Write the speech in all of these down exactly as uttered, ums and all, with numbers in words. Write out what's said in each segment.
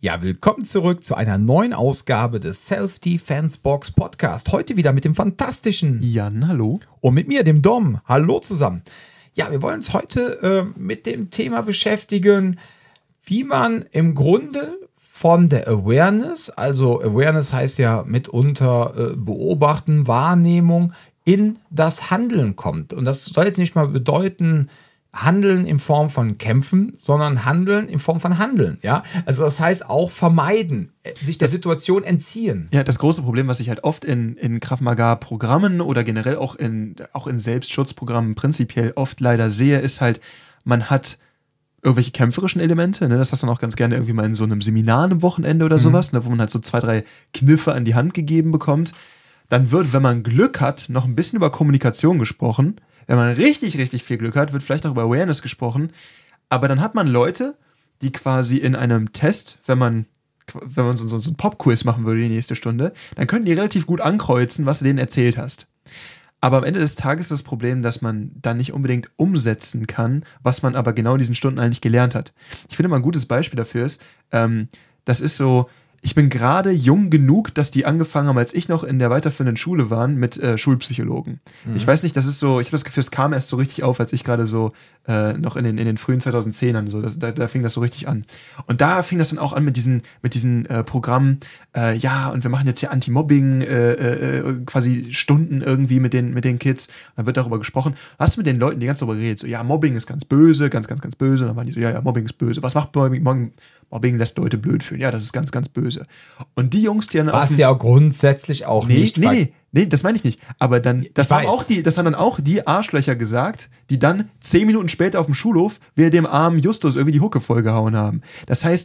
Ja, willkommen zurück zu einer neuen Ausgabe des Self-Defense Box Podcast. Heute wieder mit dem fantastischen Jan, hallo. Und mit mir, dem Dom. Hallo zusammen. Ja, wir wollen uns heute äh, mit dem Thema beschäftigen, wie man im Grunde von der Awareness, also Awareness heißt ja mitunter äh, Beobachten, Wahrnehmung, in das Handeln kommt. Und das soll jetzt nicht mal bedeuten, Handeln in Form von Kämpfen, sondern Handeln in Form von Handeln. Ja? Also das heißt auch vermeiden, sich der Situation entziehen. Ja, das große Problem, was ich halt oft in, in Krav Maga-Programmen oder generell auch in, auch in Selbstschutzprogrammen prinzipiell oft leider sehe, ist halt, man hat irgendwelche kämpferischen Elemente, ne? Das hast du dann auch ganz gerne irgendwie mal in so einem Seminar am Wochenende oder mhm. sowas, ne? Wo man halt so zwei, drei Kniffe an die Hand gegeben bekommt. Dann wird, wenn man Glück hat, noch ein bisschen über Kommunikation gesprochen. Wenn man richtig, richtig viel Glück hat, wird vielleicht auch über Awareness gesprochen. Aber dann hat man Leute, die quasi in einem Test, wenn man, wenn man so, so, so ein Pop-Quiz machen würde die nächste Stunde, dann könnten die relativ gut ankreuzen, was du denen erzählt hast. Aber am Ende des Tages ist das Problem, dass man dann nicht unbedingt umsetzen kann, was man aber genau in diesen Stunden eigentlich gelernt hat. Ich finde mal ein gutes Beispiel dafür ist, ähm, das ist so, ich bin gerade jung genug, dass die angefangen haben, als ich noch in der weiterführenden Schule war, mit äh, Schulpsychologen. Mhm. Ich weiß nicht, das ist so, ich habe das Gefühl, es kam erst so richtig auf, als ich gerade so äh, noch in den, in den frühen zweitausendzehnern, so, das, da, da fing das so richtig an. Und da fing das dann auch an mit diesen, mit diesen äh, Programmen, äh, ja, und wir machen jetzt hier Anti-Mobbing, äh, äh, quasi Stunden irgendwie mit den, mit den Kids. Und dann wird darüber gesprochen. Hast du mit den Leuten die ganze Zeit darüber geredet, so, ja, Mobbing ist ganz böse, ganz, ganz, ganz böse. Und dann waren die so, ja, ja, Mobbing ist böse. Was macht Mobbing? Mobbing Mobbing lässt Leute blöd fühlen. Ja, das ist ganz, ganz böse. Und die Jungs, die dann Was ja grundsätzlich auch nee, nicht... Nee, nee, nee, das meine ich nicht. Aber dann, das haben, auch die, das haben dann auch die Arschlöcher gesagt, die dann zehn Minuten später auf dem Schulhof wieder dem armen Justus irgendwie die Hucke vollgehauen haben. Das heißt,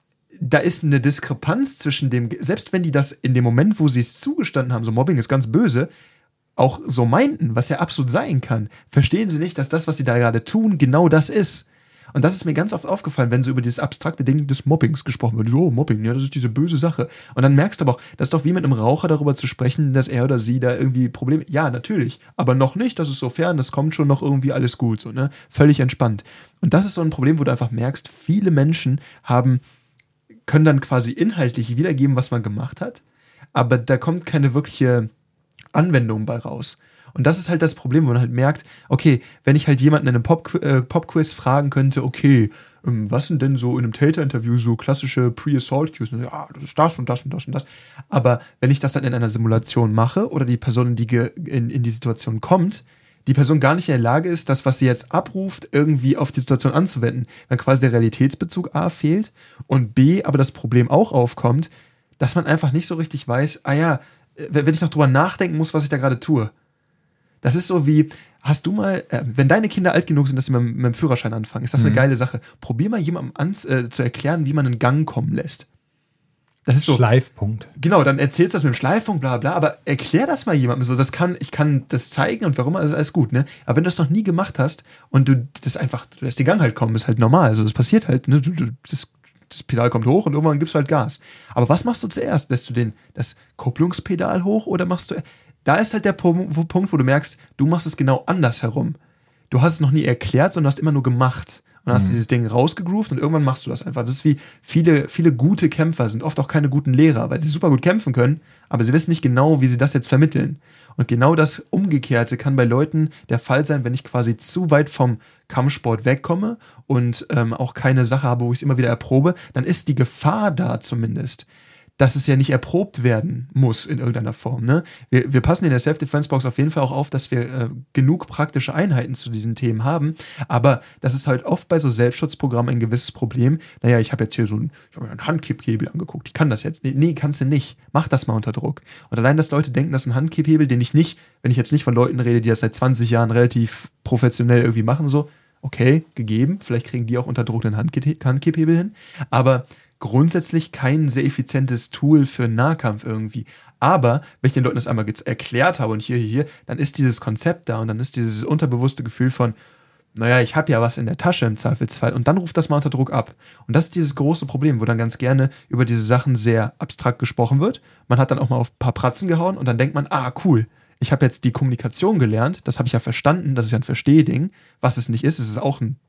da ist eine Diskrepanz zwischen dem, selbst wenn die das in dem Moment, wo sie es zugestanden haben, so Mobbing ist ganz böse, auch so meinten, was ja absolut sein kann, verstehen sie nicht, dass das, was sie da gerade tun, genau das ist. Und das ist mir ganz oft aufgefallen, wenn so über dieses abstrakte Ding des Mobbings gesprochen wird. Oh, Mobbing, ja, das ist diese böse Sache. Und dann merkst du aber auch, das ist doch wie mit einem Raucher darüber zu sprechen, dass er oder sie da irgendwie Probleme... Ja, natürlich, aber noch nicht, das ist so fern, das kommt schon noch irgendwie alles gut, so, ne? Völlig entspannt. Und das ist so ein Problem, wo du einfach merkst, viele Menschen haben, können dann quasi inhaltlich wiedergeben, was man gemacht hat, aber da kommt keine wirkliche Anwendung bei raus. Und das ist halt das Problem, wo man halt merkt, okay, wenn ich halt jemanden in einem Pop, äh, Pop-Quiz fragen könnte, okay, ähm, was sind denn so in einem Tater-Interview so klassische Pre-Assault-Cues? Ja, das ist das und das und das und das. Aber wenn ich das dann in einer Simulation mache oder die Person in die, in, in die Situation kommt, die Person gar nicht in der Lage ist, das, was sie jetzt abruft, irgendwie auf die Situation anzuwenden, wenn quasi der Realitätsbezug A fehlt und B, aber das Problem auch aufkommt, dass man einfach nicht so richtig weiß, ah ja, wenn ich noch drüber nachdenken muss, was ich da gerade tue. Das ist so wie, hast du mal, äh, wenn deine Kinder alt genug sind, dass sie mit, mit dem Führerschein anfangen, ist das mhm. eine geile Sache. Probier mal jemandem an, äh, zu erklären, wie man einen Gang kommen lässt. Das ist so. Schleifpunkt. Genau, dann erzählst du das mit dem Schleifpunkt, bla bla, aber erklär das mal jemandem. So, das kann, ich kann das zeigen und warum, also alles gut, ne? Aber wenn du das noch nie gemacht hast und du das einfach, du lässt den Gang halt kommen, ist halt normal. Also das passiert halt, ne? Du, du, das, das Pedal kommt hoch und irgendwann gibst du halt Gas. Aber was machst du zuerst? Lässt du den, das Kupplungspedal hoch oder machst du. Da ist halt der Punkt, wo du merkst, du machst es genau andersherum. Du hast es noch nie erklärt, sondern hast immer nur gemacht. Und hast mhm. dieses Ding rausgegroovt und irgendwann machst du das einfach. Das ist wie viele, viele gute Kämpfer sind oft auch keine guten Lehrer, weil sie super gut kämpfen können, aber sie wissen nicht genau, wie sie das jetzt vermitteln. Und genau das Umgekehrte kann bei Leuten der Fall sein, wenn ich quasi zu weit vom Kampfsport wegkomme und ähm, auch keine Sache habe, wo ich es immer wieder erprobe, dann ist die Gefahr da zumindest, dass es ja nicht erprobt werden muss in irgendeiner Form. Ne? Wir, wir passen in der Self-Defense-Box auf jeden Fall auch auf, dass wir äh, genug praktische Einheiten zu diesen Themen haben, aber das ist halt oft bei so Selbstschutzprogrammen ein gewisses Problem. Naja, ich habe jetzt hier so ein, ich hab mir einen Handkipphebel angeguckt, ich kann das jetzt. Nee, nee, kannst du nicht. Mach das mal unter Druck. Und allein, dass Leute denken, dass ein Handkipphebel, den ich nicht, wenn ich jetzt nicht von Leuten rede, die das seit zwanzig Jahren relativ professionell irgendwie machen, so, okay, gegeben, vielleicht kriegen die auch unter Druck einen Handkipphebel hin, aber grundsätzlich kein sehr effizientes Tool für Nahkampf irgendwie. Aber wenn ich den Leuten das einmal erklärt habe und hier, hier, hier, dann ist dieses Konzept da und dann ist dieses unterbewusste Gefühl von, naja, ich habe ja was in der Tasche im Zweifelsfall und dann ruft das mal unter Druck ab. Und das ist dieses große Problem, wo dann ganz gerne über diese Sachen sehr abstrakt gesprochen wird. Man hat dann auch mal auf ein paar Pratzen gehauen und dann denkt man, ah, cool, ich habe jetzt die Kommunikation gelernt, das habe ich ja verstanden, das ist ja ein Verstehding. Was es nicht ist, es ist auch ein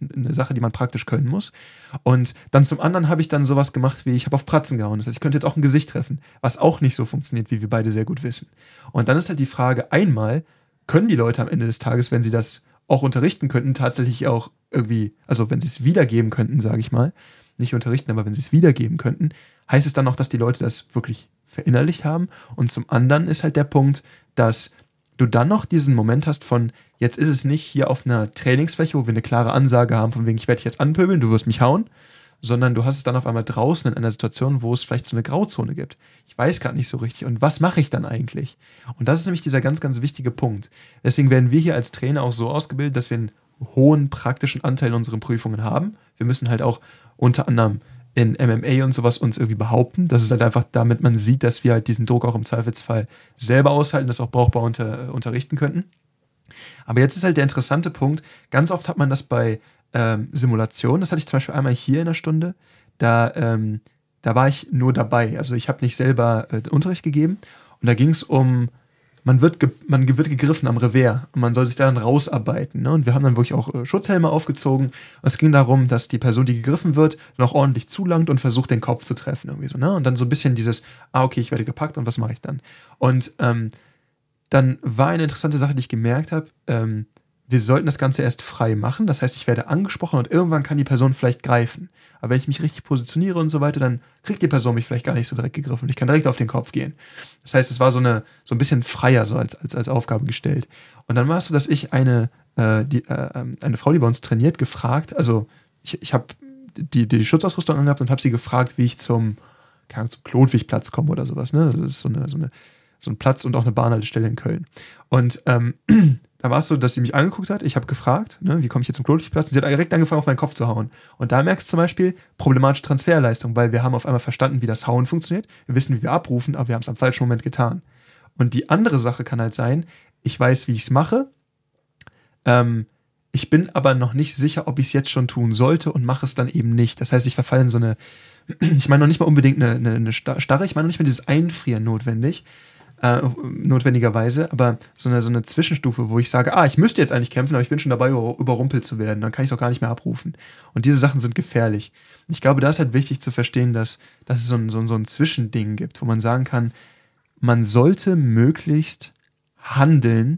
eine Sache, die man praktisch können muss. Und dann zum anderen habe ich dann sowas gemacht wie, ich habe auf Pratzen gehauen. Das heißt, ich könnte jetzt auch ein Gesicht treffen, was auch nicht so funktioniert, wie wir beide sehr gut wissen. Und dann ist halt die Frage, einmal, können die Leute am Ende des Tages, wenn sie das auch unterrichten könnten, tatsächlich auch irgendwie, also wenn sie es wiedergeben könnten, sage ich mal, nicht unterrichten, aber wenn sie es wiedergeben könnten, heißt es dann auch, dass die Leute das wirklich verinnerlicht haben. Und zum anderen ist halt der Punkt, dass du dann noch diesen Moment hast von, jetzt ist es nicht hier auf einer Trainingsfläche, wo wir eine klare Ansage haben, von wegen, ich werde dich jetzt anpöbeln, du wirst mich hauen, sondern du hast es dann auf einmal draußen in einer Situation, wo es vielleicht so eine Grauzone gibt. Ich weiß gerade nicht so richtig. Und was mache ich dann eigentlich? Und das ist nämlich dieser ganz, ganz wichtige Punkt. Deswegen werden wir hier als Trainer auch so ausgebildet, dass wir einen hohen praktischen Anteil in unseren Prüfungen haben. Wir müssen halt auch unter anderem in M M A und sowas uns irgendwie behaupten. Das ist halt einfach, damit man sieht, dass wir halt diesen Druck auch im Zweifelsfall selber aushalten, das auch brauchbar unter, unterrichten könnten. Aber jetzt ist halt der interessante Punkt, ganz oft hat man das bei ähm, Simulationen, das hatte ich zum Beispiel einmal hier in der Stunde, da, ähm, da war ich nur dabei, also ich habe nicht selber äh, Unterricht gegeben und da ging es um, man wird, ge- man wird gegriffen am Revers und man soll sich da dann rausarbeiten. Ne? Und wir haben dann wirklich auch äh, Schutzhelme aufgezogen. Und es ging darum, dass die Person, die gegriffen wird, noch ordentlich zulangt und versucht, den Kopf zu treffen. Irgendwie so, ne? Und dann so ein bisschen dieses, ah, okay, ich werde gepackt und was mache ich dann? Und ähm, dann war eine interessante Sache, die ich gemerkt habe, ähm, wir sollten das Ganze erst frei machen. Das heißt, ich werde angesprochen und irgendwann kann die Person vielleicht greifen. Aber wenn ich mich richtig positioniere und so weiter, dann kriegt die Person mich vielleicht gar nicht so direkt gegriffen und ich kann direkt auf den Kopf gehen. Das heißt, es war so, eine, so ein bisschen freier so als, als, als Aufgabe gestellt. Und dann war es so, dass ich eine, äh, die, äh, eine Frau, die bei uns trainiert, gefragt, also ich, ich habe die, die Schutzausrüstung angehabt und habe sie gefragt, wie ich zum, keine Ahnung, zum Klotwigplatz komme oder sowas. Ne? Das ist so, eine, so, eine, so ein Platz und auch eine Bahnhaltestelle in Köln. Und ähm, da war es so, dass sie mich angeguckt hat. Ich habe gefragt, ne, wie komme ich jetzt zum Klotwigplatz? Und sie hat direkt angefangen, auf meinen Kopf zu hauen. Und da merkst du zum Beispiel problematische Transferleistung, weil wir haben auf einmal verstanden, wie das Hauen funktioniert. Wir wissen, wie wir abrufen, aber wir haben es am falschen Moment getan. Und die andere Sache kann halt sein, ich weiß, wie ich es mache. Ähm, ich bin aber noch nicht sicher, ob ich es jetzt schon tun sollte und mache es dann eben nicht. Das heißt, ich verfalle in so eine, ich meine noch nicht mal unbedingt eine, eine, eine Starre, ich meine noch nicht mal dieses Einfrieren notwendig, Äh, notwendigerweise, aber so eine, so eine Zwischenstufe, wo ich sage, ah, ich müsste jetzt eigentlich kämpfen, aber ich bin schon dabei, überrumpelt zu werden, dann kann ich es auch gar nicht mehr abrufen. Und diese Sachen sind gefährlich. Ich glaube, da ist halt wichtig zu verstehen, dass, dass es so ein, so, ein, so ein Zwischending gibt, wo man sagen kann, man sollte möglichst handeln,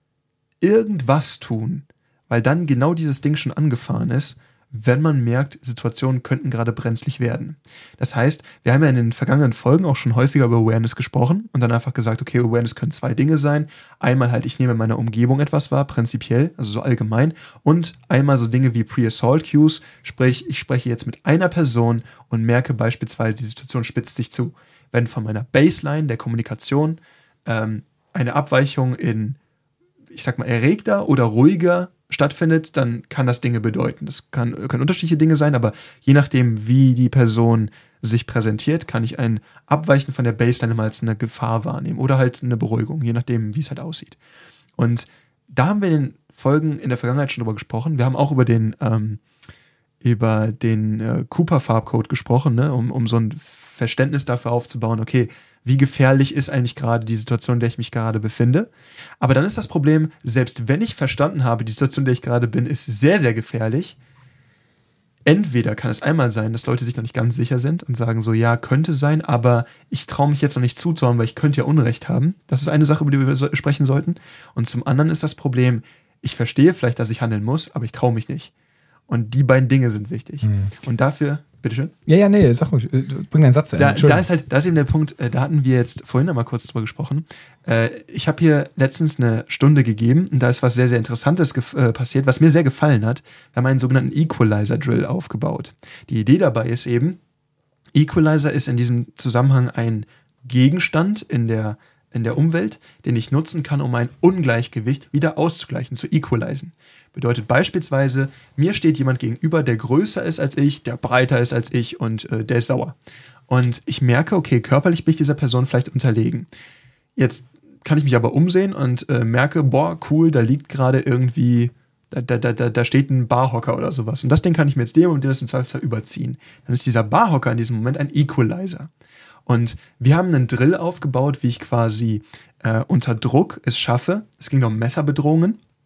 irgendwas tun, weil dann genau dieses Ding schon angefahren ist, wenn man merkt, Situationen könnten gerade brenzlig werden. Das heißt, wir haben ja in den vergangenen Folgen auch schon häufiger über Awareness gesprochen und dann einfach gesagt, okay, Awareness können zwei Dinge sein. Einmal halt, ich nehme in meiner Umgebung etwas wahr, prinzipiell, also so allgemein, und einmal so Dinge wie Pre-Assault Cues, sprich, ich spreche jetzt mit einer Person und merke beispielsweise, die Situation spitzt sich zu. Wenn von meiner Baseline der Kommunikation ähm, eine Abweichung in, ich sag mal, erregter oder ruhiger stattfindet, dann kann das Dinge bedeuten. Das kann, können unterschiedliche Dinge sein, aber je nachdem, wie die Person sich präsentiert, kann ich ein Abweichen von der Baseline mal als eine Gefahr wahrnehmen oder halt eine Beruhigung, je nachdem, wie es halt aussieht. Und da haben wir in den Folgen in der Vergangenheit schon drüber gesprochen. Wir haben auch über den, ähm, über den äh, Cooper-Farbcode gesprochen, ne? um, um so ein Verständnis dafür aufzubauen, okay, wie gefährlich ist eigentlich gerade die Situation, in der ich mich gerade befinde. Aber dann ist das Problem, selbst wenn ich verstanden habe, die Situation, in der ich gerade bin, ist sehr, sehr gefährlich. Entweder kann es einmal sein, dass Leute sich noch nicht ganz sicher sind und sagen so, ja, könnte sein, aber ich traue mich jetzt noch nicht zuzuhauen, weil ich könnte ja Unrecht haben. Das ist eine Sache, über die wir so sprechen sollten. Und zum anderen ist das Problem, ich verstehe vielleicht, dass ich handeln muss, aber ich traue mich nicht. Und die beiden Dinge sind wichtig. Mhm. Und dafür, bitteschön. Ja, ja, nee, sag ruhig, bring deinen Satz zu Ende. Da, da ist halt, da ist eben der Punkt, da hatten wir jetzt vorhin einmal kurz drüber gesprochen. Ich habe hier letztens eine Stunde gegeben und da ist was sehr, sehr Interessantes gef- passiert, was mir sehr gefallen hat. Wir haben einen sogenannten Equalizer-Drill aufgebaut. Die Idee dabei ist eben, Equalizer ist in diesem Zusammenhang ein Gegenstand in der in der Umwelt, den ich nutzen kann, um ein Ungleichgewicht wieder auszugleichen, zu equalisen. Bedeutet beispielsweise, mir steht jemand gegenüber, der größer ist als ich, der breiter ist als ich und äh, der ist sauer. Und ich merke, okay, körperlich bin ich dieser Person vielleicht unterlegen. Jetzt kann ich mich aber umsehen und äh, merke, boah, cool, da liegt gerade irgendwie, da, da, da, da steht ein Barhocker oder sowas. Und das Ding kann ich mir jetzt nehmen und den das im Zweifelsfall überziehen. Dann ist dieser Barhocker in diesem Moment ein Equalizer. Und wir haben einen Drill aufgebaut, wie ich quasi äh, unter Druck es schaffe. Es ging um Messerbedrohungen.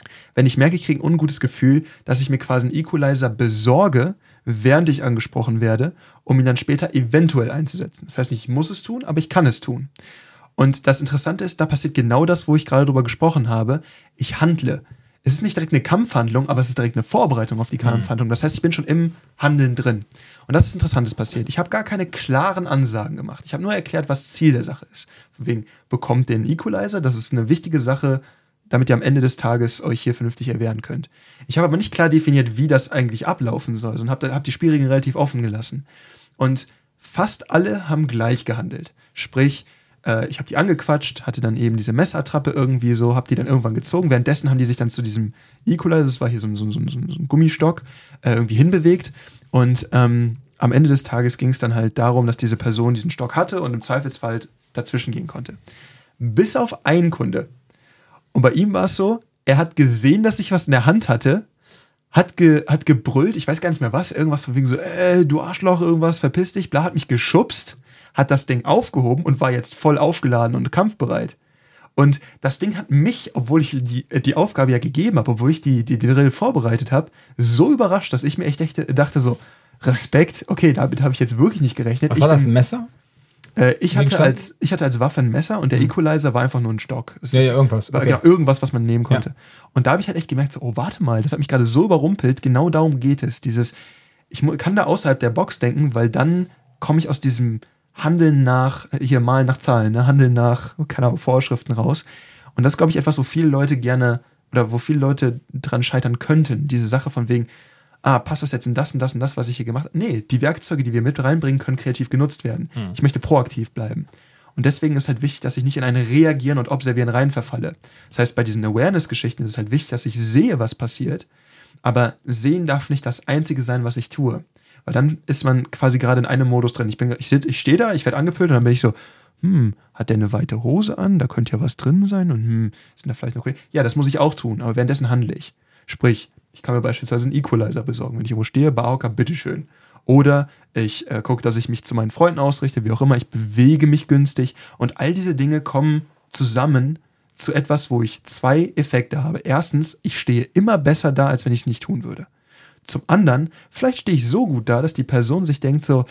wenn ich merke, ich kriege ein ungutes Gefühl, dass ich mir quasi einen Equalizer besorge, während ich angesprochen werde, um ihn dann später eventuell einzusetzen. Das heißt nicht, ich muss es tun, aber ich kann es tun. Und das Interessante ist, da passiert genau das, wo ich gerade drüber gesprochen habe. Ich handle. Es ist nicht direkt eine Kampfhandlung, aber es ist direkt eine Vorbereitung auf die Kampfhandlung. Das heißt, ich bin schon im Handeln drin. Und das ist Interessantes passiert. Ich habe gar keine klaren Ansagen gemacht. Ich habe nur erklärt, was Ziel der Sache ist. Von wegen, bekommt den Equalizer. Das ist eine wichtige Sache, damit ihr am Ende des Tages euch hier vernünftig erwehren könnt. Ich habe aber nicht klar definiert, wie das eigentlich ablaufen soll, sondern habe hab die Spielregeln relativ offen gelassen. Und fast alle haben gleich gehandelt. Sprich, äh, ich habe die angequatscht, hatte dann eben diese Messerattrappe irgendwie so, habe die dann irgendwann gezogen. Währenddessen haben die sich dann zu diesem Equalizer, das war hier so, so, so, so, so ein Gummistock, äh, irgendwie hinbewegt. Und ähm, am Ende des Tages ging es dann halt darum, dass diese Person diesen Stock hatte und im Zweifelsfall dazwischen gehen konnte. Bis auf einen Kunde. Und bei ihm war es so, er hat gesehen, dass ich was in der Hand hatte, hat, ge, hat gebrüllt, ich weiß gar nicht mehr was, irgendwas von wegen so, äh, du Arschloch, irgendwas, verpiss dich, bla, hat mich geschubst, hat das Ding aufgehoben und war jetzt voll aufgeladen und kampfbereit. Und das Ding hat mich, obwohl ich die, die Aufgabe ja gegeben habe, obwohl ich die, die, die Drill vorbereitet habe, so überrascht, dass ich mir echt dachte so, Respekt, okay, damit habe ich jetzt wirklich nicht gerechnet. Was ich war das, bin, ein Messer? Äh, ich, hatte als, ich hatte als Waffe ein Messer und der mhm. Equalizer war einfach nur ein Stock. Es ja, ist, ja, irgendwas. Okay. Genau, irgendwas, was man nehmen konnte. Ja. Und da habe ich halt echt gemerkt, so, oh, warte mal, das hat mich gerade so überrumpelt, genau darum geht es. Dieses, ich kann da außerhalb der Box denken, weil dann komme ich aus diesem Handeln nach, hier Malen nach Zahlen, ne? Handeln nach, keine Ahnung, Vorschriften raus. Und das ist, glaube ich, etwas, wo viele Leute gerne, oder wo viele Leute dran scheitern könnten. Diese Sache von wegen, ah, passt das jetzt in das und das und das, was ich hier gemacht habe? Nee, die Werkzeuge, die wir mit reinbringen, können kreativ genutzt werden. Hm. Ich möchte proaktiv bleiben. Und deswegen ist halt wichtig, dass ich nicht in eine Reagieren und Observieren rein verfalle. Das heißt, bei diesen Awareness-Geschichten ist es halt wichtig, dass ich sehe, was passiert, aber sehen darf nicht das Einzige sein, was ich tue. Weil dann ist man quasi gerade in einem Modus drin. Ich, bin, ich, ich stehe da, ich werde angepölt und dann bin ich so, hm, hat der eine weite Hose an? Da könnte ja was drin sein und hm, sind da vielleicht noch... Ja, das muss ich auch tun, aber währenddessen handle ich. Sprich, ich kann mir beispielsweise einen Equalizer besorgen. Wenn ich irgendwo stehe, Barhocker, bitteschön. Oder ich äh, gucke, dass ich mich zu meinen Freunden ausrichte, wie auch immer. Ich bewege mich günstig. Und all diese Dinge kommen zusammen zu etwas, wo ich zwei Effekte habe. Erstens, ich stehe immer besser da, als wenn ich es nicht tun würde. Zum anderen, vielleicht stehe ich so gut da, dass die Person sich denkt so,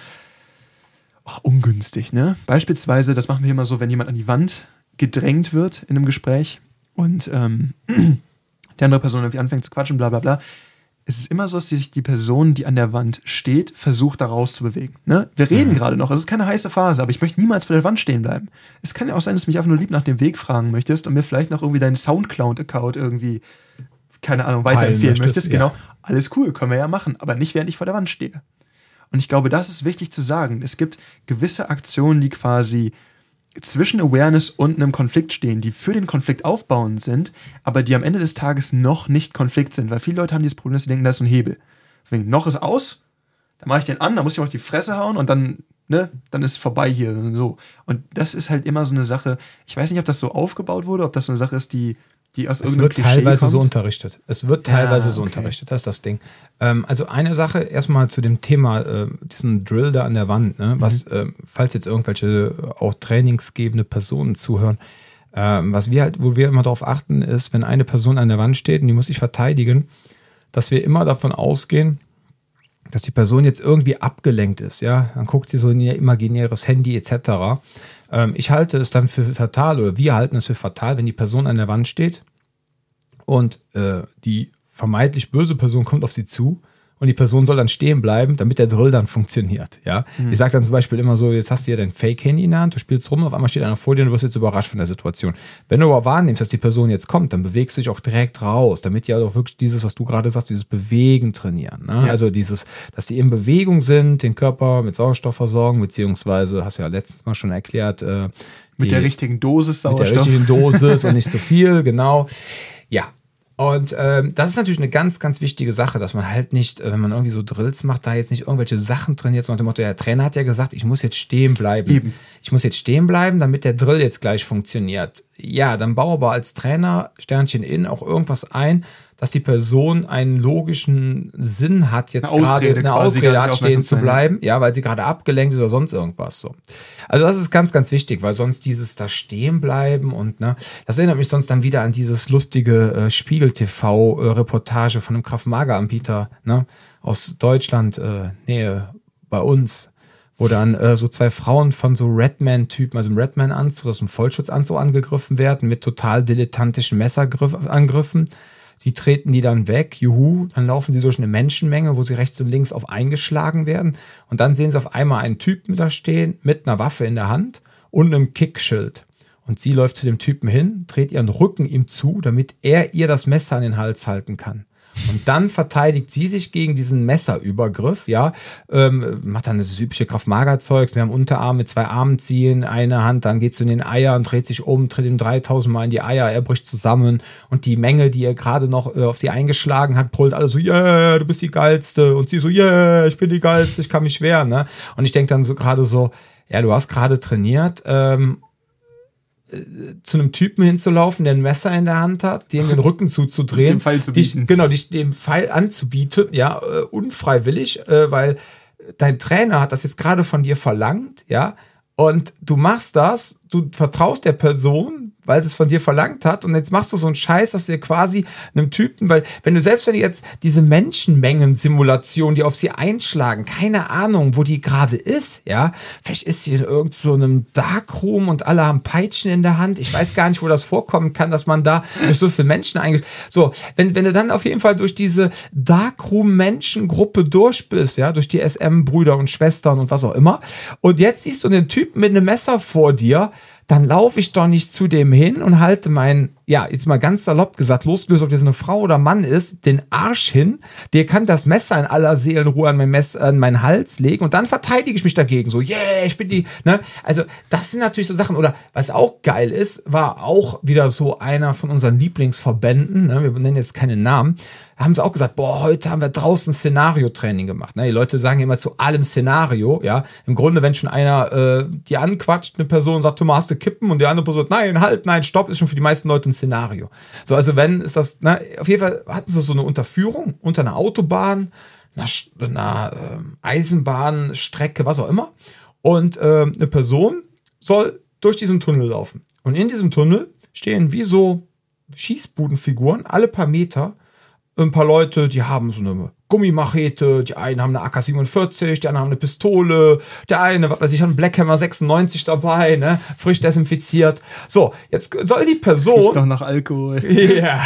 oh, ungünstig, ne? Beispielsweise, das machen wir immer so, wenn jemand an die Wand gedrängt wird in einem Gespräch und ähm, die andere Person irgendwie anfängt zu quatschen, bla bla bla. Es ist immer so, dass die sich die Person, die an der Wand steht, versucht, da rauszubewegen. Ne? Wir reden mhm. gerade noch, es ist keine heiße Phase, aber ich möchte niemals vor der Wand stehen bleiben. Es kann ja auch sein, dass du mich einfach nur lieb nach dem Weg fragen möchtest und mir vielleicht noch irgendwie deinen Soundcloud-Account irgendwie, keine Ahnung, weiterempfehlen möchtest. Ja. Genau, alles cool, können wir ja machen, aber nicht, während ich vor der Wand stehe. Und ich glaube, das ist wichtig zu sagen. Es gibt gewisse Aktionen, die quasi zwischen Awareness und einem Konflikt stehen, die für den Konflikt aufbauend sind, aber die am Ende des Tages noch nicht Konflikt sind, weil viele Leute haben dieses Problem, dass sie denken, da ist so ein Hebel. Deswegen, noch ist aus, dann mache ich den an, dann muss ich auch die Fresse hauen und dann, ne, dann ist es vorbei hier und so. Und das ist halt immer so eine Sache, ich weiß nicht, ob das so aufgebaut wurde, ob das so eine Sache ist, die die aus irgendeinem Klischee kommt. Es wird teilweise so unterrichtet. Es wird teilweise ja, so okay. unterrichtet, das ist das Ding. Ähm, also eine Sache erstmal zu dem Thema, äh, diesen Drill da an der Wand, ne? Was, mhm. äh, falls jetzt irgendwelche auch trainingsgebende Personen zuhören, äh, was wir halt, wo wir immer darauf achten, ist, wenn eine Person an der Wand steht und die muss sich verteidigen, dass wir immer davon ausgehen, dass die Person jetzt irgendwie abgelenkt ist, ja, dann guckt sie so in ihr imaginäres Handy et cetera. Ähm, ich halte es dann für fatal, oder wir halten es für fatal, wenn die Person an der Wand steht und äh, die vermeintlich böse Person kommt auf sie zu und die Person soll dann stehen bleiben, damit der Drill dann funktioniert, ja. Mhm. Ich sage dann zum Beispiel immer so, jetzt hast du ja dein Fake-Handy in der Hand, du spielst rum, auf einmal steht einer vor dir und du wirst jetzt überrascht von der Situation. Wenn du aber wahrnimmst, dass die Person jetzt kommt, dann bewegst du dich auch direkt raus, damit die auch wirklich dieses, was du gerade sagst, dieses Bewegen trainieren, ne? Ja. Also dieses, dass die in Bewegung sind, den Körper mit Sauerstoff versorgen, beziehungsweise, hast du ja letztens mal schon erklärt, äh, die, mit der richtigen Dosis Sauerstoff. Mit der richtigen Dosis und nicht zu viel, genau. Ja. Und ähm, das ist natürlich eine ganz, ganz wichtige Sache, dass man halt nicht, äh, wenn man irgendwie so Drills macht, da jetzt nicht irgendwelche Sachen trainiert, sondern dem Motto, der Trainer hat ja gesagt, ich muss jetzt stehen bleiben. Eben. Ich muss jetzt stehen bleiben, damit der Drill jetzt gleich funktioniert. Ja, dann baue aber als Trainer, Sternchen in, auch irgendwas ein, dass die Person einen logischen Sinn hat, jetzt Eine gerade Ausrede eine quasi, Ausrede gar hat, nicht stehen aufmerksam zu sein, bleiben, ja, weil sie gerade abgelenkt ist oder sonst irgendwas so. Also das ist ganz, ganz wichtig, weil sonst dieses da stehen bleiben und ne, das erinnert mich sonst dann wieder an dieses lustige äh, Spiegel-T V-Reportage von einem Krav-Maga-Anbieter, ne, aus Deutschland, äh, Nähe bei uns, wo dann äh, so zwei Frauen von so Redman-Typen, also im Redman-Anzug, aus einem Vollschutzanzug angegriffen werden, mit total dilettantischen Messerangriffen. Die treten die dann weg, juhu, dann laufen sie durch eine Menschenmenge, wo sie rechts und links auf eingeschlagen werden. Und dann sehen sie auf einmal einen Typen da stehen, mit einer Waffe in der Hand und einem Kickschild. Und sie läuft zu dem Typen hin, dreht ihren Rücken ihm zu, damit er ihr das Messer an den Hals halten kann. Und dann verteidigt sie sich gegen diesen Messerübergriff, ja, ähm, macht dann das übliche Krav-Maga-Zeug, sie haben Unterarm mit zwei Armen ziehen, eine Hand, dann geht sie in den Eiern, dreht sich um, tritt ihm dreitausend Mal in die Eier, er bricht zusammen und die Menge, die er gerade noch äh, auf sie eingeschlagen hat, brüllt alle so, yeah, du bist die Geilste und sie so, yeah, ich bin die Geilste, ich kann mich wehren, ne? Und ich denke dann so gerade so, ja, du hast gerade trainiert, ähm, zu einem Typen hinzulaufen, der ein Messer in der Hand hat, dem den Rücken zuzudrehen, dem Pfeil zu bieten. dich, genau, dich dem Pfeil anzubieten, ja, äh, unfreiwillig, äh, weil dein Trainer hat das jetzt gerade von dir verlangt, ja, und du machst das, du vertraust der Person, weil sie es von dir verlangt hat und jetzt machst du so einen Scheiß, dass du dir quasi einem Typen, weil wenn du selbst wenn du jetzt diese Menschenmengen-Simulation, die auf sie einschlagen, keine Ahnung, wo die gerade ist, ja, vielleicht ist sie in irgend so einem Darkroom und alle haben Peitschen in der Hand, ich weiß gar nicht, wo das vorkommen kann, dass man da durch so viele Menschen eigentlich, so, wenn, wenn du dann auf jeden Fall durch diese Darkroom-Menschengruppe durch bist, ja, durch die S M-Brüder und Schwestern und was auch immer und jetzt siehst du den Typen mit einem Messer vor dir, dann laufe ich doch nicht zu dem hin und halte meinen, ja, jetzt mal ganz salopp gesagt, losgelöst, ob das eine Frau oder Mann ist, den Arsch hin, der kann das Messer in aller Seelenruhe an, mein Mess, an meinen Hals legen und dann verteidige ich mich dagegen, so, yeah, ich bin die, ne, also das sind natürlich so Sachen, oder was auch geil ist, war auch wieder so einer von unseren Lieblingsverbänden, ne, wir nennen jetzt keine Namen, haben sie auch gesagt, boah, heute haben wir draußen Szenario-Training gemacht. Ne? Die Leute sagen immer zu allem Szenario, ja. Im Grunde, wenn schon einer äh, die anquatscht, eine Person sagt, du hast du Kippen und die andere Person sagt, nein, halt, nein, stopp, ist schon für die meisten Leute ein Szenario. So, also wenn, ist das, na, auf jeden Fall hatten sie so eine Unterführung unter einer Autobahn, einer, einer äh, Eisenbahnstrecke, was auch immer. Und äh, eine Person soll durch diesen Tunnel laufen. Und in diesem Tunnel stehen wie so Schießbudenfiguren alle paar Meter ein paar Leute, die haben so eine Gummimachete, die einen haben eine A K siebenundvierzig, die anderen haben eine Pistole, der eine, was weiß ich, hat einen Blackhammer sechsundneunzig dabei, ne, frisch desinfiziert. So, jetzt soll die Person... Riecht doch nach Alkohol. Ja,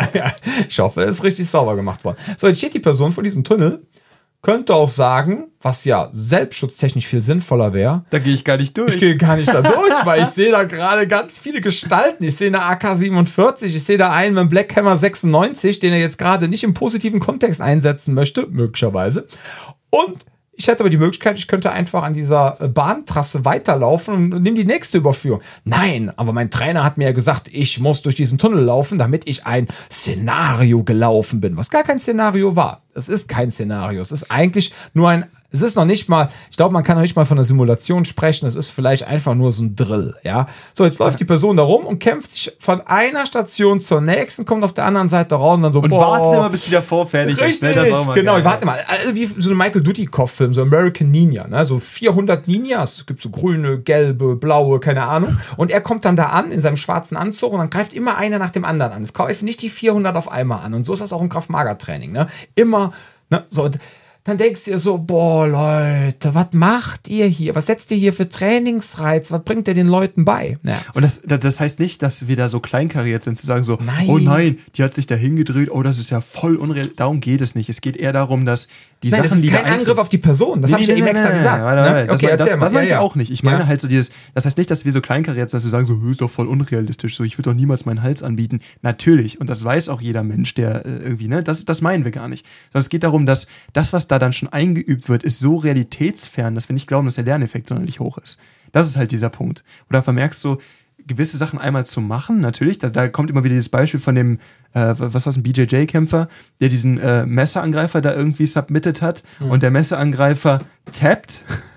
ich hoffe, es ist richtig sauber gemacht worden. So, jetzt steht die Person vor diesem Tunnel, könnte auch sagen, was ja selbstschutztechnisch viel sinnvoller wäre. Da gehe ich gar nicht durch. Ich gehe gar nicht da durch, weil ich sehe da gerade ganz viele Gestalten. Ich sehe eine A K siebenundvierzig, ich sehe da einen mit einem Blackhammer sechsundneunzig, den er jetzt gerade nicht im positiven Kontext einsetzen möchte, möglicherweise. Und ich hätte aber die Möglichkeit, ich könnte einfach an dieser Bahntrasse weiterlaufen und nehme die nächste Überführung. Nein, aber mein Trainer hat mir ja gesagt, ich muss durch diesen Tunnel laufen, damit ich ein Szenario gelaufen bin, was gar kein Szenario war. Es ist kein Szenario, es ist eigentlich nur ein, es ist noch nicht mal, ich glaube, man kann noch nicht mal von einer Simulation sprechen, es ist vielleicht einfach nur so ein Drill, ja. So, jetzt läuft die Person da rum und kämpft sich von einer Station zur nächsten, kommt auf der anderen Seite raus und dann so, und boah, warten immer, bis die davor fertig richtig, ist. Ne? Das ist auch mal genau, geil. warte mal, also wie so ein Michael Dudikoff-Film, so American Ninja, ne? So vierhundert Ninjas, es gibt so grüne, gelbe, blaue, keine Ahnung, und er kommt dann da an in seinem schwarzen Anzug und dann greift immer einer nach dem anderen an. Es greifen nicht die vierhundert auf einmal an und so ist das auch im Krav-Maga-Training, ne? Immer, ne? So, und dann denkst du dir so, boah, Leute, was macht ihr hier? Was setzt ihr hier für Trainingsreiz? Was bringt ihr den Leuten bei? Ja. Und das, das heißt nicht, dass wir da so kleinkariert sind, zu sagen so, Nein. oh nein, die hat sich da hingedreht, oh, das ist ja voll unreal. Darum geht es nicht. Es geht eher darum, dass die Nein, Sachen, das ist die kein da Angriff auf die Person. Das Nee, habe ich nee, ja eben nee, extra nee, gesagt. warte, Ne? warte, Okay, das, erzähl das, mal. das meine ich Ja, ja. auch nicht. Ich meine Ja. halt so dieses, das heißt nicht, dass wir so kleinkariert sind, dass wir sagen so, ist doch voll unrealistisch, so, ich würde doch niemals meinen Hals anbieten. Natürlich. Und das weiß auch jeder Mensch, der äh, irgendwie, ne, das, das meinen wir gar nicht. Sondern es geht darum, dass das, was da dann schon eingeübt wird, ist so realitätsfern, dass wir nicht glauben, dass der Lerneffekt sonderlich hoch ist. Das ist halt dieser Punkt. Oder vermerkst du, gewisse Sachen einmal zu machen, natürlich, da, da kommt immer wieder dieses Beispiel von dem, äh, was war es, ein B J J-Kämpfer, der diesen äh, Messerangreifer da irgendwie submitted hat, mhm. und der Messerangreifer tappt. Er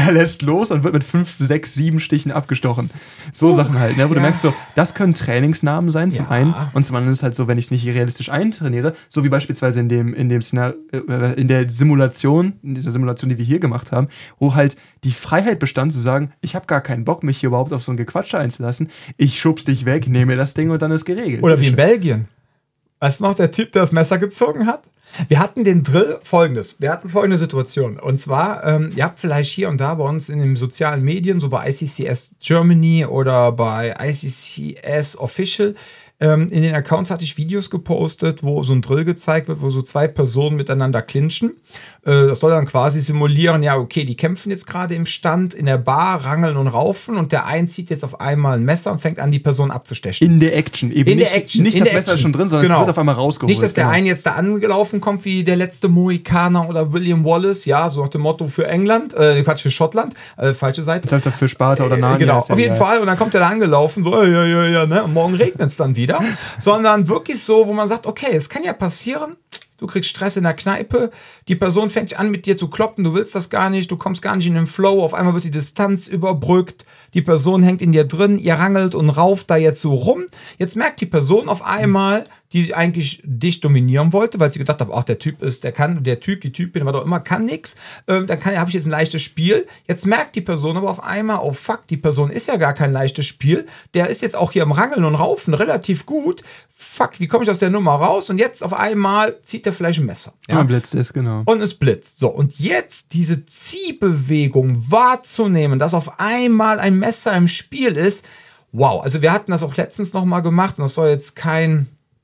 er lässt los und wird mit fünf, sechs, sieben Stichen abgestochen. So uh, Sachen halt, ne? Wo ja. du merkst so, das können Trainingsnamen sein zum ja. einen und zum anderen ist es halt so, wenn ich es nicht realistisch eintrainiere, so wie beispielsweise in dem, in dem Szenario, äh, in der Simulation, in dieser Simulation, die wir hier gemacht haben, wo halt die Freiheit bestand zu sagen, ich habe gar keinen Bock, mich hier überhaupt auf so ein Gequatsche einzulassen, ich schub's dich weg, nehme das Ding und dann ist geregelt. Oder wie in Belgien. Weißt du noch, der Typ, der das Messer gezogen hat? Wir hatten den Drill folgendes. Wir hatten folgende Situation. Und zwar, ähm, ihr habt vielleicht hier und da bei uns in den sozialen Medien, so bei I C C S Germany oder bei I C C S Official, ähm, in den Accounts hatte ich Videos gepostet, wo so ein Drill gezeigt wird, wo so zwei Personen miteinander clinchen. Äh, das soll dann quasi simulieren, ja, okay, die kämpfen jetzt gerade im Stand, in der Bar, rangeln und raufen und der eine zieht jetzt auf einmal ein Messer und fängt an, die Person abzustechen. In der Action. Eben in nicht, der Action. Nicht in das der Messer Action. ist schon drin, sondern genau. es wird auf einmal rausgeholt. Nicht, dass der genau. eine jetzt da angelaufen kommt wie der letzte Mohikaner oder William Wallace, ja, so nach dem Motto für England, äh, Quatsch, für Schottland, äh, falsche Seite. Das heißt für Sparta oder Narnia. Äh, genau, ja auf jeden geil. Fall. Und dann kommt er da angelaufen, so, ja, ja, ja, ne, und morgen regnet es dann wieder. Sondern wirklich so, wo man sagt, okay, es kann ja passieren, du kriegst Stress in der Kneipe, die Person fängt an mit dir zu kloppen, du willst das gar nicht, du kommst gar nicht in den Flow, auf einmal wird die Distanz überbrückt, die Person hängt in dir drin, ihr rangelt und rauft da jetzt so rum. Jetzt merkt die Person auf einmal, die eigentlich dich dominieren wollte, weil sie gedacht hat, ach, der Typ ist, der kann, der Typ, die Typin, was auch immer, kann nix, ähm, dann kann, habe ich jetzt ein leichtes Spiel. Jetzt merkt die Person aber auf einmal, oh fuck, die Person ist ja gar kein leichtes Spiel, der ist jetzt auch hier am Rangeln und Raufen relativ gut. Fuck, wie komme ich aus der Nummer raus? Und jetzt auf einmal zieht er vielleicht ein Messer. Ja, blitzt es, genau. Und es blitzt. So, und jetzt diese Ziehbewegung wahrzunehmen, dass auf einmal ein Messer im Spiel ist, wow. Also wir hatten das auch letztens nochmal gemacht und das soll jetzt kein,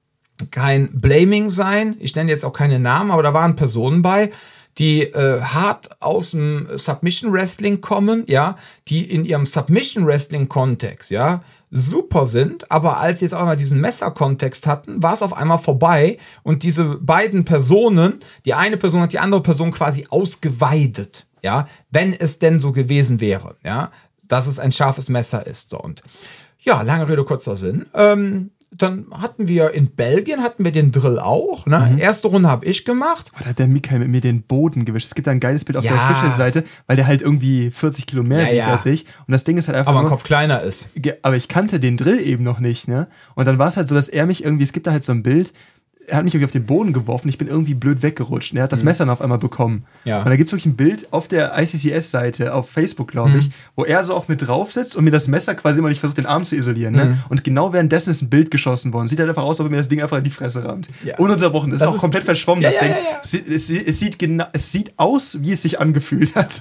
kein Blaming sein. Ich nenne jetzt auch keine Namen, aber da waren Personen bei, die äh, hart aus dem Submission Wrestling kommen, ja, die in ihrem Submission Wrestling Kontext, ja, super sind, aber als sie jetzt auch einmal diesen Messerkontext hatten, war es auf einmal vorbei und diese beiden Personen, die eine Person hat die andere Person quasi ausgeweidet, ja, wenn es denn so gewesen wäre, ja, dass es ein scharfes Messer ist, so. Und ja, lange Rede, kurzer Sinn, ähm, dann hatten wir in Belgien, hatten wir den Drill auch, ne? Mhm. Erste Runde habe ich gemacht. Oh, da hat der Mikael mit mir den Boden gewischt. Es gibt da ein geiles Bild auf ja. der Official-Seite, weil der halt irgendwie vierzig Kilo mehr ja, wiegt ja. als ich. Und das Ding ist halt einfach aber nur, ein Kopf kleiner ist. Aber ich kannte den Drill eben noch nicht, ne? Und dann war es halt so, dass er mich irgendwie, es gibt da halt so ein Bild, er hat mich irgendwie auf den Boden geworfen, ich bin irgendwie blöd weggerutscht. Und er hat das mhm. Messer dann auf einmal bekommen. Ja. Und da gibt es wirklich ein Bild auf der I C C S-Seite, auf Facebook, glaube ich, mhm. wo er so auf mir drauf sitzt und mir das Messer quasi immer nicht versucht, den Arm zu isolieren. Ne? Mhm. Und genau währenddessen ist ein Bild geschossen worden. Sieht halt einfach aus, als ob mir das Ding einfach in die Fresse rammt. Ja. Ununterbrochen. Es ist auch ist komplett verschwommen, ja, das ja, Ding. Ja, ja. Es, es, es, sieht gena- es sieht aus, wie es sich angefühlt hat.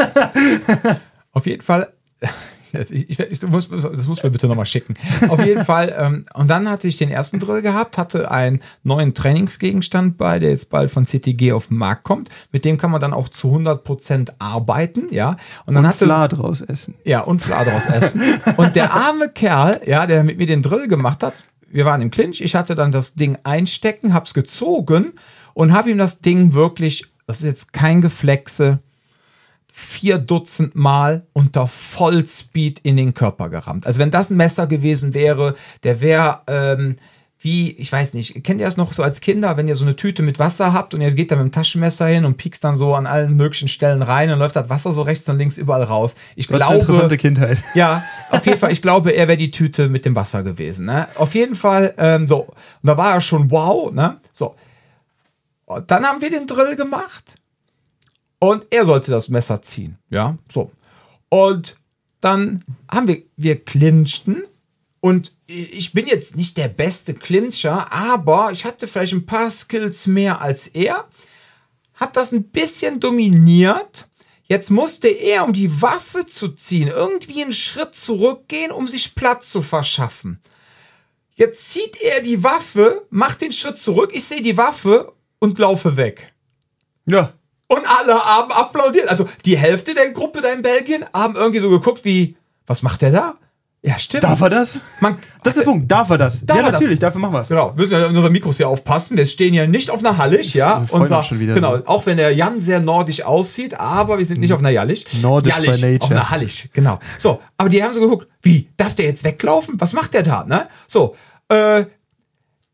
Auf jeden Fall... Ich, ich, ich, du musst, das musst du mir bitte nochmal schicken. Auf jeden Fall. Ähm, und dann hatte ich den ersten Drill gehabt, hatte einen neuen Trainingsgegenstand bei, der jetzt bald von C T G auf den Markt kommt. Mit dem kann man dann auch zu hundert Prozent arbeiten, ja. Und dann und hatte, Fla draus essen. Ja, und Fla draus essen. Und der arme Kerl, ja, der mit mir den Drill gemacht hat, wir waren im Clinch, ich hatte dann das Ding einstecken, hab's gezogen und hab ihm das Ding wirklich, das ist jetzt kein Geflexe, vier Dutzend Mal unter Vollspeed in den Körper gerammt. Also wenn das ein Messer gewesen wäre, der wäre ähm, wie, ich weiß nicht, kennt ihr das noch so als Kinder, wenn ihr so eine Tüte mit Wasser habt und ihr geht da mit dem Taschenmesser hin und piekst dann so an allen möglichen Stellen rein und läuft das Wasser so rechts und links überall raus. Ich das glaube, ist eine interessante Kindheit. Ja, auf jeden Fall, ich glaube, er wäre die Tüte mit dem Wasser gewesen. Ne? Auf jeden Fall, ähm, so. Und da war er schon wow, ne? So. Und dann haben wir den Drill gemacht. Und er sollte das Messer ziehen. Ja, so. Und dann haben wir, wir clinchten. Und ich bin jetzt nicht der beste Clincher, aber ich hatte vielleicht ein paar Skills mehr als er. Hat das ein bisschen dominiert. Jetzt musste er, um die Waffe zu ziehen, irgendwie einen Schritt zurückgehen, um sich Platz zu verschaffen. Jetzt zieht er die Waffe, macht den Schritt zurück. Ich sehe die Waffe und laufe weg. Ja. Und alle haben applaudiert. Also die Hälfte der Gruppe da in Belgien haben irgendwie so geguckt wie, was macht der da? Ja, stimmt. Darf er das? Man, das ist der Punkt. Darf er das? Darf ja, er natürlich. das? Dafür machen wir es. Genau. Wir müssen ja in unseren Mikros hier aufpassen. Wir stehen ja nicht auf einer Hallig, ja. Wir Und sag, schon wieder genau. So. Auch wenn der Jan sehr nordisch aussieht, aber wir sind nicht auf einer Jallig. Nordisch by nature. Auf einer Hallig, genau. So, aber die haben so geguckt, wie, darf der jetzt weglaufen? Was macht der da, ne? So, äh,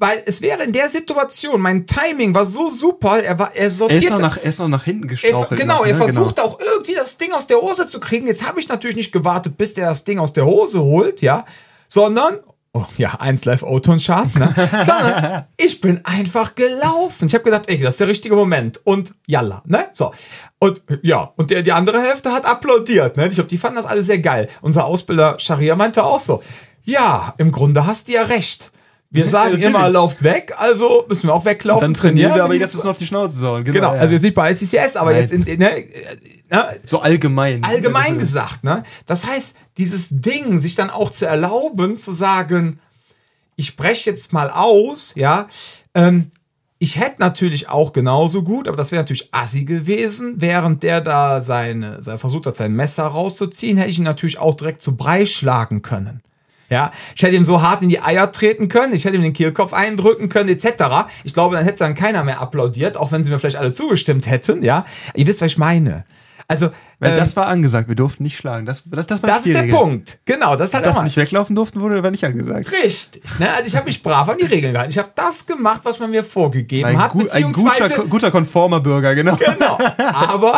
weil es wäre in der Situation, mein Timing war so super, er war, er Er ist, sortierte. noch nach, er ist noch nach hinten Er, gestrauchelt. genau, noch, er ne? versucht auch irgendwie das Ding aus der Hose zu kriegen. Jetzt habe ich natürlich nicht gewartet, bis der das Ding aus der Hose holt, ja, sondern, oh ja, eins Live O-Ton-Charts, ne? sondern ich bin einfach gelaufen. Ich habe gedacht, ey, das ist der richtige Moment und yalla, ne? So. Und ja, und der, die andere Hälfte hat applaudiert, ne? Ich glaube, die fanden das alle sehr geil. Unser Ausbilder Scharia meinte auch so, ja, im Grunde hast du ja recht. Wir sagen Ja, immer, natürlich. lauft weg, also müssen wir auch weglaufen. Dann trainieren wir aber wie jetzt nur auf die Schnauze zu hauen. Genau, ja. also jetzt nicht bei I C C S, aber Nein. jetzt in, in ne, ne, so allgemein. allgemein Ja, gesagt, ne? Das heißt, dieses Ding, sich dann auch zu erlauben, zu sagen, ich spreche jetzt mal aus, ja, ähm, ich hätte natürlich auch genauso gut, aber das wäre natürlich assi gewesen, während der da seine, sein versucht hat, sein Messer rauszuziehen, hätte ich ihn natürlich auch direkt zu Brei schlagen können. Ja, ich hätte ihm so hart in die Eier treten können, ich hätte ihm den Kehlkopf eindrücken können, et cetera. Ich glaube, dann hätte dann keiner mehr applaudiert, auch wenn sie mir vielleicht alle zugestimmt hätten, ja. Ihr wisst, was ich meine. Also, Weil ähm, das war angesagt, wir durften nicht schlagen. Das, das, das war das die ist der Regel. Punkt. Genau, das ist halt Dass auch wir mal. nicht weglaufen durften, wurde aber nicht angesagt. Richtig. Ne? Also ich habe mich brav an die Regeln gehalten. Ich habe das gemacht, was man mir vorgegeben Ein, hat, gu ein beziehungsweise guter, guter konformer Bürger, genau. genau. Aber,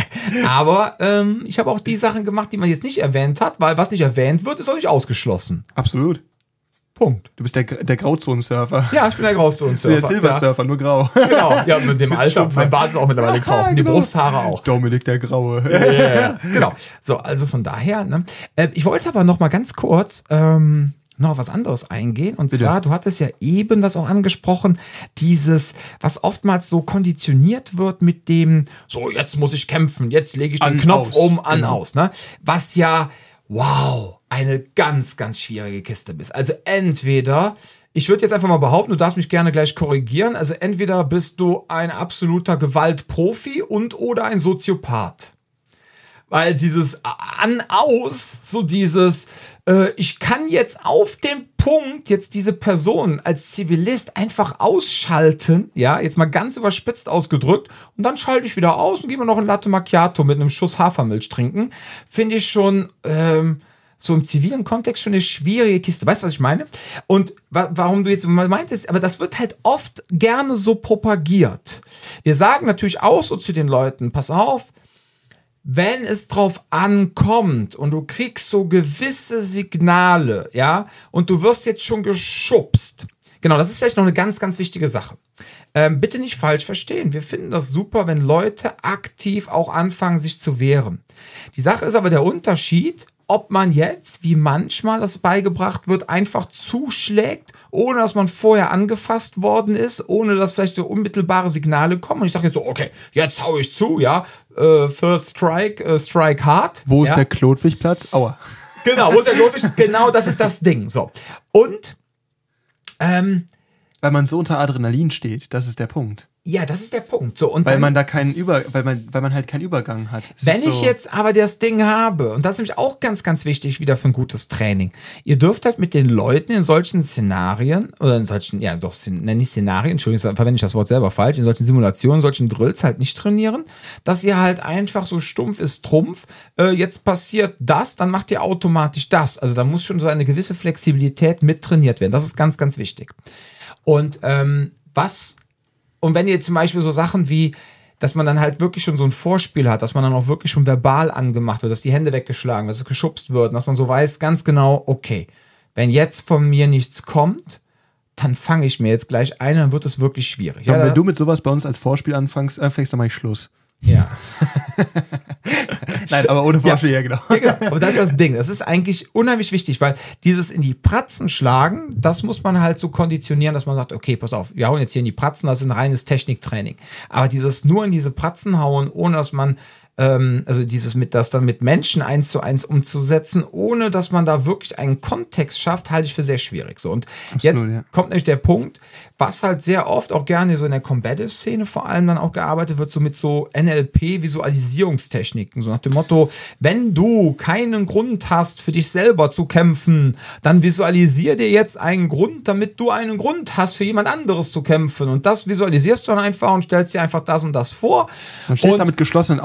aber ähm, ich habe auch die Sachen gemacht, die man jetzt nicht erwähnt hat, weil was nicht erwähnt wird, ist auch nicht ausgeschlossen. Absolut. Punkt. Du bist der, der Grauzonen-Surfer. Ja, ich bin der Du bist der Grauzone-Surfer. Silver-Surfer, nur grau. Ja, genau. Ja, mit dem Bist Alter. Stumpfer. Mein Bart ist auch mittlerweile grau. Und die Genau. Brusthaare auch. Dominik der Graue. Ja, genau. So, also von daher, ne? Äh, ich wollte aber noch mal ganz kurz ähm, noch auf was anderes eingehen. Und Bitte. zwar, du hattest ja eben das auch angesprochen, dieses, was oftmals so konditioniert wird mit dem, so, jetzt muss ich kämpfen, jetzt lege ich den An, Knopf aus. um, an, Genau. aus. Ne? Was ja, wow, eine ganz, ganz schwierige Kiste ist. Also entweder... Ich würde jetzt einfach mal behaupten, du darfst mich gerne gleich korrigieren. Also entweder bist du ein absoluter Gewaltprofi und oder ein Soziopath. Weil dieses an-aus, so dieses, äh, ich kann jetzt auf den Punkt jetzt diese Person als Zivilist einfach ausschalten, ja, jetzt mal ganz überspitzt ausgedrückt, und dann schalte ich wieder aus und gehe mir noch ein Latte Macchiato mit einem Schuss Hafermilch trinken, finde ich schon, ähm, so im zivilen Kontext schon eine schwierige Kiste. Weißt du, was ich meine? Und wa warum du jetzt meintest, aber das wird halt oft gerne so propagiert. Wir sagen natürlich auch so zu den Leuten, pass auf, wenn es drauf ankommt und du kriegst so gewisse Signale, ja, und du wirst jetzt schon geschubst. Genau, das ist vielleicht noch eine ganz, ganz wichtige Sache. Ähm, bitte nicht falsch verstehen. Wir finden das super, wenn Leute aktiv auch anfangen, sich zu wehren. Die Sache ist aber der Unterschied, ob man jetzt, wie manchmal das beigebracht wird, einfach zuschlägt, ohne dass man vorher angefasst worden ist, ohne dass vielleicht so unmittelbare Signale kommen. Und ich sage jetzt so, okay, jetzt hau ich zu, ja, äh, First Strike, äh, Strike hard. Wo ist ja? der Klotwigplatz? Aua. Genau, wo ist der Klotwig? Genau, das ist das Ding. So. Und, ähm, Weil man so unter Adrenalin steht, das ist der Punkt. ja, das ist der Punkt. So, und Weil dann, man da keinen Über, weil man, weil man halt keinen Übergang hat. Es wenn ist ich so, jetzt aber das Ding habe, und das ist nämlich auch ganz, ganz wichtig wieder für ein gutes Training, ihr dürft halt mit den Leuten in solchen Szenarien, oder in solchen, ja doch, nenne ich Szenarien, Entschuldigung, verwende ich das Wort selber falsch, in solchen Simulationen, solchen Drills halt nicht trainieren, dass ihr halt einfach so stumpf ist Trumpf, äh, jetzt passiert das, dann macht ihr automatisch das. Also da muss schon so eine gewisse Flexibilität mit trainiert werden. Das ist ganz, ganz wichtig. Und ähm, was Und wenn ihr zum Beispiel so Sachen wie, dass man dann halt wirklich schon so ein Vorspiel hat, dass man dann auch wirklich schon verbal angemacht wird, dass die Hände weggeschlagen wird, dass es geschubst wird, und dass man so weiß, ganz genau, okay, wenn jetzt von mir nichts kommt, dann fange ich mir jetzt gleich ein, dann wird es wirklich schwierig. Ja, Ja, wenn da- du mit sowas bei uns als Vorspiel anfängst, anfängst dann mach ich Schluss. ja. Nein, aber ohne Vorspiel, ja, genau. Ja, genau. Aber das ist das Ding. Das ist eigentlich unheimlich wichtig, weil dieses in die Pratzen schlagen, das muss man halt so konditionieren, dass man sagt, okay, pass auf, wir hauen jetzt hier in die Pratzen, das ist ein reines Techniktraining. Aber dieses nur in diese Pratzen hauen, ohne dass man ähm, also dieses mit das dann mit Menschen eins zu eins umzusetzen, ohne dass man da wirklich einen Kontext schafft, halte ich für sehr schwierig. So, und Absolut, jetzt ja. kommt nämlich der Punkt, was halt sehr oft auch gerne so in der Combative-Szene vor allem dann auch gearbeitet wird, so mit so N L P-Visualisierungstechniken, so nach dem Motto, wenn du keinen Grund hast, für dich selber zu kämpfen, dann visualisier dir jetzt einen Grund, damit du einen Grund hast, für jemand anderes zu kämpfen, und das visualisierst du dann einfach und stellst dir einfach das und das vor. Dann stehst und da mit geschlossenen Augen, stellst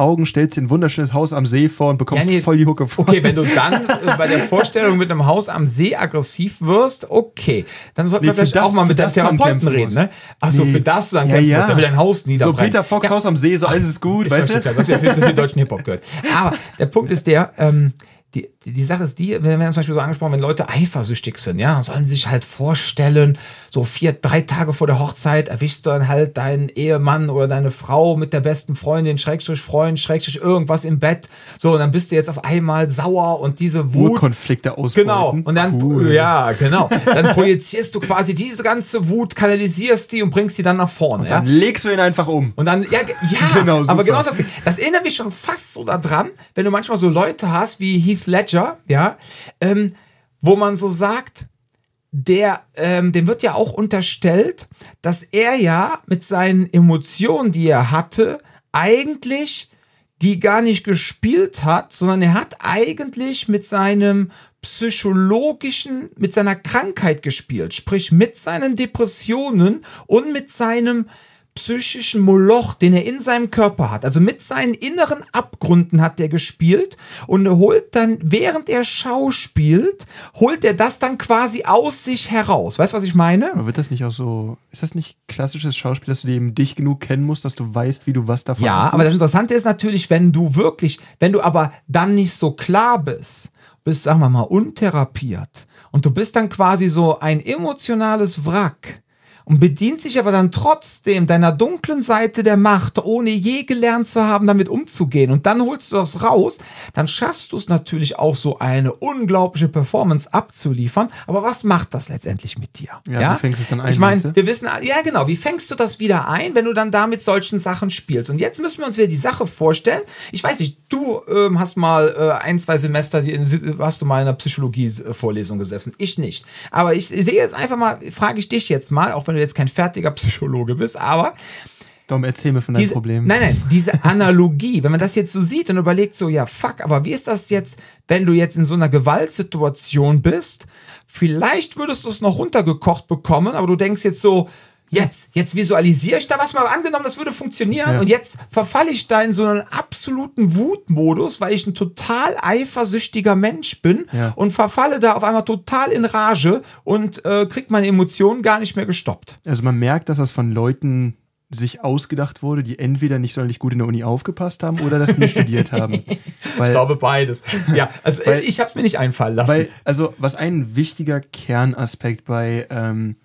stellst dir ein wunderschönes Haus am See vor und bekommst Ja, nee. voll die Hucke vor. Okay, wenn du dann äh, bei der Vorstellung mit einem Haus am See aggressiv wirst, okay, dann sollten Nee, wir vielleicht für das- auch mal für mit dem das dann Therapeuten kämpfen reden, musst. ne? Achso, Nee. für das du dann Ja, kämpfen ja. musst, der will ein Haus So niederbrennen. Peter Fox, Haus am See, so alles ist gut, Ist weißt schon du? klar, du hast ja viel zu viel deutschen Hip-Hop gehört. Aber der Punkt ist der, ähm, die, die, die Sache ist die, wir haben zum Beispiel so angesprochen, wenn Leute eifersüchtig sind, ja, dann sollen sie sich halt vorstellen, so vier, drei Tage vor der Hochzeit erwischst du dann halt deinen Ehemann oder deine Frau mit der besten Freundin, Schrägstrich Freund, Schrägstrich irgendwas im Bett. So, und dann bist du jetzt auf einmal sauer und diese Wut. Urkonflikte ausbeuten. Genau. Und dann, Cool. ja, genau. Dann projizierst du quasi diese ganze Wut, kanalisierst die und bringst die dann nach vorne. Dann ja? legst du ihn einfach um. Und dann, ja, ge- ja Genau, super. aber genau das, das erinnert mich schon fast so daran, wenn du manchmal so Leute hast wie Heath Ledger, ja, ähm, wo man so sagt, der, ähm, dem wird ja auch unterstellt, dass er ja mit seinen Emotionen, die er hatte, eigentlich die gar nicht gespielt hat, sondern er hat eigentlich mit seinem psychologischen, mit seiner Krankheit gespielt, sprich mit seinen Depressionen und mit seinem psychischen Moloch, den er in seinem Körper hat. Also mit seinen inneren Abgründen hat er gespielt und er holt dann, während er schauspielt, holt er das dann quasi aus sich heraus. Weißt du, was ich meine? Aber wird das nicht auch so, ist das nicht klassisches Schauspiel, dass du eben dich genug kennen musst, dass du weißt, wie du was davon Ja, aber das Interessante ist natürlich, wenn du wirklich, wenn du aber dann nicht so klar bist, bist, sagen wir mal, untherapiert und du bist dann quasi so ein emotionales Wrack und bedient sich aber dann trotzdem deiner dunklen Seite der Macht, ohne je gelernt zu haben, damit umzugehen. Und dann holst du das raus, dann schaffst du es natürlich auch so eine unglaubliche Performance abzuliefern. Aber was macht das letztendlich mit dir? Ja, wie fängst du es dann ein, Ich meine, meinst du? wir wissen, ja genau, wie fängst du das wieder ein, wenn du dann da mit solchen Sachen spielst? Und jetzt müssen wir uns wieder die Sache vorstellen. Ich weiß nicht, du ähm, hast mal äh, ein, zwei Semester, die, hast du mal in einer Psychologie-Vorlesung gesessen. Ich nicht. Aber ich sehe jetzt einfach mal, frage ich dich jetzt mal, auch wenn du jetzt kein fertiger Psychologe bist, aber Dom, erzähl mir von deinem diese, Problem. Nein, nein, diese Analogie, wenn man das jetzt so sieht und überlegt so, ja fuck, aber wie ist das jetzt, wenn du jetzt in so einer Gewaltsituation bist? Vielleicht würdest du es noch runtergekocht bekommen, aber du denkst jetzt so, jetzt, jetzt visualisiere ich da was mal, angenommen, das würde funktionieren Ja. und jetzt verfalle ich da in so einen absoluten Wutmodus, weil ich ein total eifersüchtiger Mensch bin Ja. und verfalle da auf einmal total in Rage und äh, krieg meine Emotionen gar nicht mehr gestoppt. Also man merkt, dass das von Leuten sich ausgedacht wurde, die entweder nicht sonderlich gut in der Uni aufgepasst haben oder das nie studiert haben. Weil, Ich glaube beides. Ja, also Weil- ich habe es mir nicht einfallen lassen. weil, also was ein wichtiger Kernaspekt bei, ähm,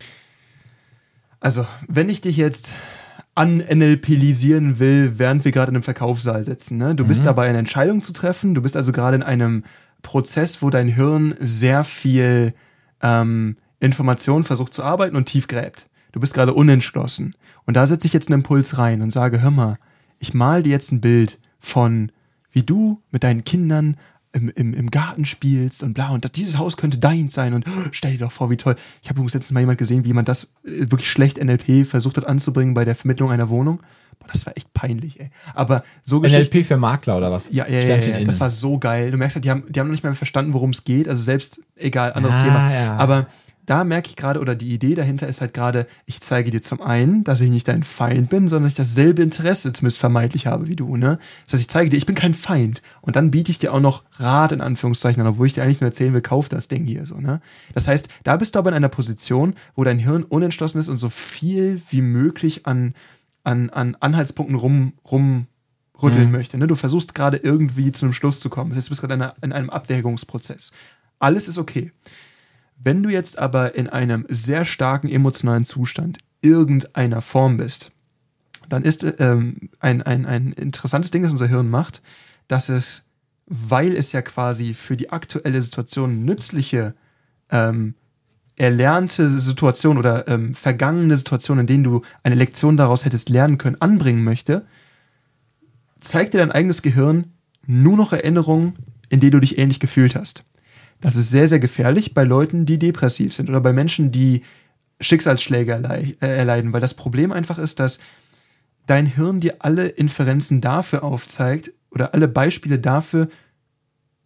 also wenn ich dich jetzt an-NLPlisieren will, während wir gerade in einem Verkaufssaal sitzen, ne? Du bist dabei, eine Entscheidung zu treffen, du bist also gerade in einem Prozess, wo dein Hirn sehr viel ähm, Information versucht zu arbeiten und tief gräbt. Du bist gerade unentschlossen. Und da setze ich jetzt einen Impuls rein und sage, hör mal, ich mal dir jetzt ein Bild von, wie du mit deinen Kindern im, im, im Garten spielst und bla, und das, dieses Haus könnte deins sein und oh, stell dir doch vor, wie toll. Ich habe übrigens letztens mal jemand gesehen, wie jemand das äh, wirklich schlecht N L P versucht hat anzubringen bei der Vermittlung einer Wohnung. Boah, das war echt peinlich, ey. Aber so N L Geschichten... P für Makler oder was? Ja, ja, ja, Sternchen ja, innen. das war so geil. Du merkst halt, die haben, die haben noch nicht mehr verstanden, worum es geht. Also selbst, egal, anderes Ah, Thema. ja. Aber da merke ich gerade, oder die Idee dahinter ist halt gerade, ich zeige dir zum einen, dass ich nicht dein Feind bin, sondern dass ich dasselbe Interesse zumindest vermeintlich habe wie du, ne? Das heißt, ich zeige dir, ich bin kein Feind. Und dann biete ich dir auch noch Rat, in Anführungszeichen, an, obwohl ich dir eigentlich nur erzählen will, kauf das Ding hier, so, ne? Das heißt, da bist du aber in einer Position, wo dein Hirn unentschlossen ist und so viel wie möglich an, an, an Anhaltspunkten rum, rum rütteln Mhm. möchte, ne? Du versuchst gerade irgendwie zu einem Schluss zu kommen. Das heißt, du bist gerade in, einer, in einem Abwägungsprozess. Alles ist okay. Wenn du jetzt aber in einem sehr starken emotionalen Zustand irgendeiner Form bist, dann ist ähm, ein, ein, ein interessantes Ding, das unser Hirn macht, dass es, weil es ja quasi für die aktuelle Situation nützliche, ähm, erlernte Situation oder ähm, vergangene Situation, in denen du eine Lektion daraus hättest lernen können, anbringen möchte, zeigt dir dein eigenes Gehirn nur noch Erinnerungen, in denen du dich ähnlich gefühlt hast. Das ist sehr, sehr gefährlich bei Leuten, die depressiv sind oder bei Menschen, die Schicksalsschläge erlei- äh, erleiden, weil das Problem einfach ist, dass dein Hirn dir alle Inferenzen dafür aufzeigt oder alle Beispiele dafür,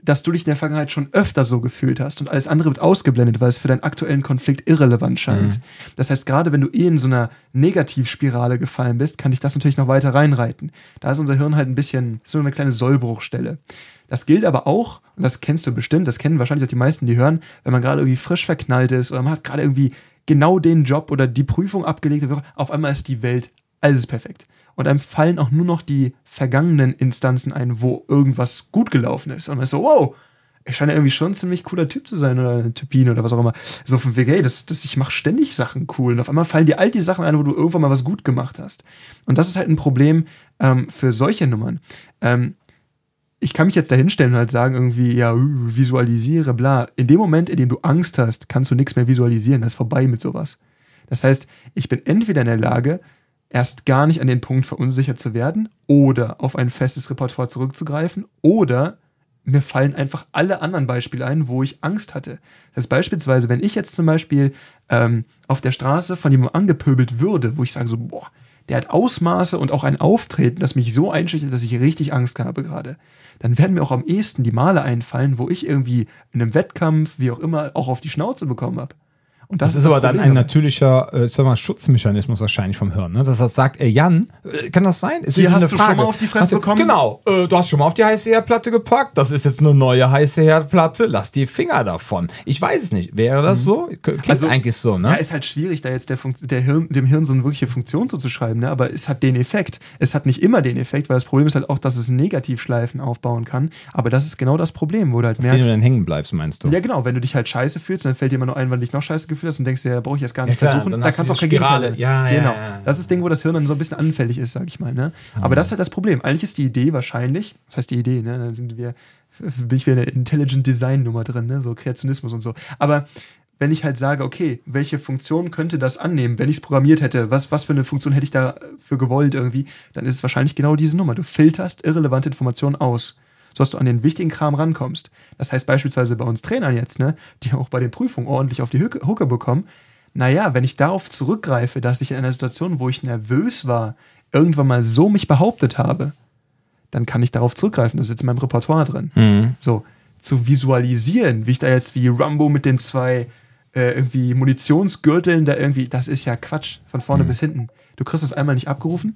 dass du dich in der Vergangenheit schon öfter so gefühlt hast und alles andere wird ausgeblendet, weil es für deinen aktuellen Konflikt irrelevant scheint. Mhm. Das heißt, gerade wenn du eh in so einer Negativspirale gefallen bist, kann dich das natürlich noch weiter reinreiten. Da ist unser Hirn halt ein bisschen so eine kleine Sollbruchstelle. Das gilt aber auch, und das kennst du bestimmt, das kennen wahrscheinlich auch die meisten, die hören, wenn man gerade irgendwie frisch verknallt ist oder man hat gerade irgendwie genau den Job oder die Prüfung abgelegt, auf einmal ist die Welt, alles ist perfekt. Und einem fallen auch nur noch die vergangenen Instanzen ein, wo irgendwas gut gelaufen ist. Und man ist so, wow, ich scheine irgendwie schon ein ziemlich cooler Typ zu sein oder eine Typin oder was auch immer. So von wegen, hey, das, das, ich mache ständig Sachen cool. Und auf einmal fallen dir all die Sachen ein, wo du irgendwann mal was gut gemacht hast. Und das ist halt ein Problem ähm, für solche Nummern. Ähm, ich kann mich jetzt da hinstellen und halt sagen irgendwie, ja, visualisiere, bla. In dem Moment, in dem du Angst hast, kannst du nichts mehr visualisieren. Das ist vorbei mit sowas. Das heißt, ich bin entweder in der Lage, erst gar nicht an den Punkt verunsichert zu werden oder auf ein festes Repertoire zurückzugreifen oder mir fallen einfach alle anderen Beispiele ein, wo ich Angst hatte. Das heißt beispielsweise, wenn ich jetzt zum Beispiel ähm, auf der Straße von jemandem angepöbelt würde, wo ich sage so, boah, der hat Ausmaße und auch ein Auftreten, das mich so einschüchtert, dass ich richtig Angst habe gerade, dann werden mir auch am ehesten die Male einfallen, wo ich irgendwie in einem Wettkampf, wie auch immer, auch auf die Schnauze bekommen habe. Und das, das ist aber Problem, dann ein natürlicher äh, sag mal, Schutzmechanismus wahrscheinlich vom Hirn, ne? Dass das sagt, ey Jan, äh, kann das sein? Ist Hier hast eine du Frage. schon mal auf die Fresse du, bekommen? Genau, äh, du hast schon mal auf die heiße Herdplatte gepackt, das ist jetzt eine neue heiße Herdplatte, lass die Finger davon. Ich weiß es nicht, wäre das mhm. so? Klingt also, eigentlich so, ne? Ja, ist halt schwierig, da jetzt der, Fun- der Hirn, dem Hirn so eine wirkliche Funktion zuzuschreiben, ne? Aber es hat den Effekt. Es hat nicht immer den Effekt, weil das Problem ist halt auch, dass es Negativschleifen aufbauen kann, aber das ist genau das Problem, wo du halt merkst... Auf den du dann hängen bleibst, meinst du? Ja, genau, wenn du dich halt scheiße fühlst, dann fällt dir immer nur ein, weil du dich noch scheiße gefühlt hast und denkst dir, ja, brauche ich jetzt gar nicht ja, klar, versuchen, da kannst du auch kein Gegenteil. Ja, genau. Ja, ja. Das ist das Ding, wo das Hirn dann so ein bisschen anfällig ist, sag ich mal. Ne? Aber mhm. das ist halt das Problem. Eigentlich ist die Idee wahrscheinlich, was heißt die Idee, ne? Da sind wir, bin ich wieder in der Intelligent Design Nummer drin, ne? So Kreationismus und so. Aber wenn ich halt sage, okay, welche Funktion könnte das annehmen, wenn ich es programmiert hätte, was, was für eine Funktion hätte ich dafür gewollt irgendwie, dann ist es wahrscheinlich genau diese Nummer. Du filterst irrelevante Informationen aus, sodass du an den wichtigen Kram rankommst. Das heißt beispielsweise bei uns Trainern jetzt, ne, die auch bei den Prüfungen ordentlich auf die Hucke bekommen, naja, wenn ich darauf zurückgreife, dass ich in einer Situation, wo ich nervös war, irgendwann mal so mich behauptet habe, dann kann ich darauf zurückgreifen. Das ist jetzt in meinem Repertoire drin. Mhm. So, zu visualisieren, wie ich da jetzt wie Rambo mit den zwei äh, irgendwie Munitionsgürteln da irgendwie, das ist ja Quatsch, von vorne mhm. bis hinten. Du kriegst das einmal nicht abgerufen.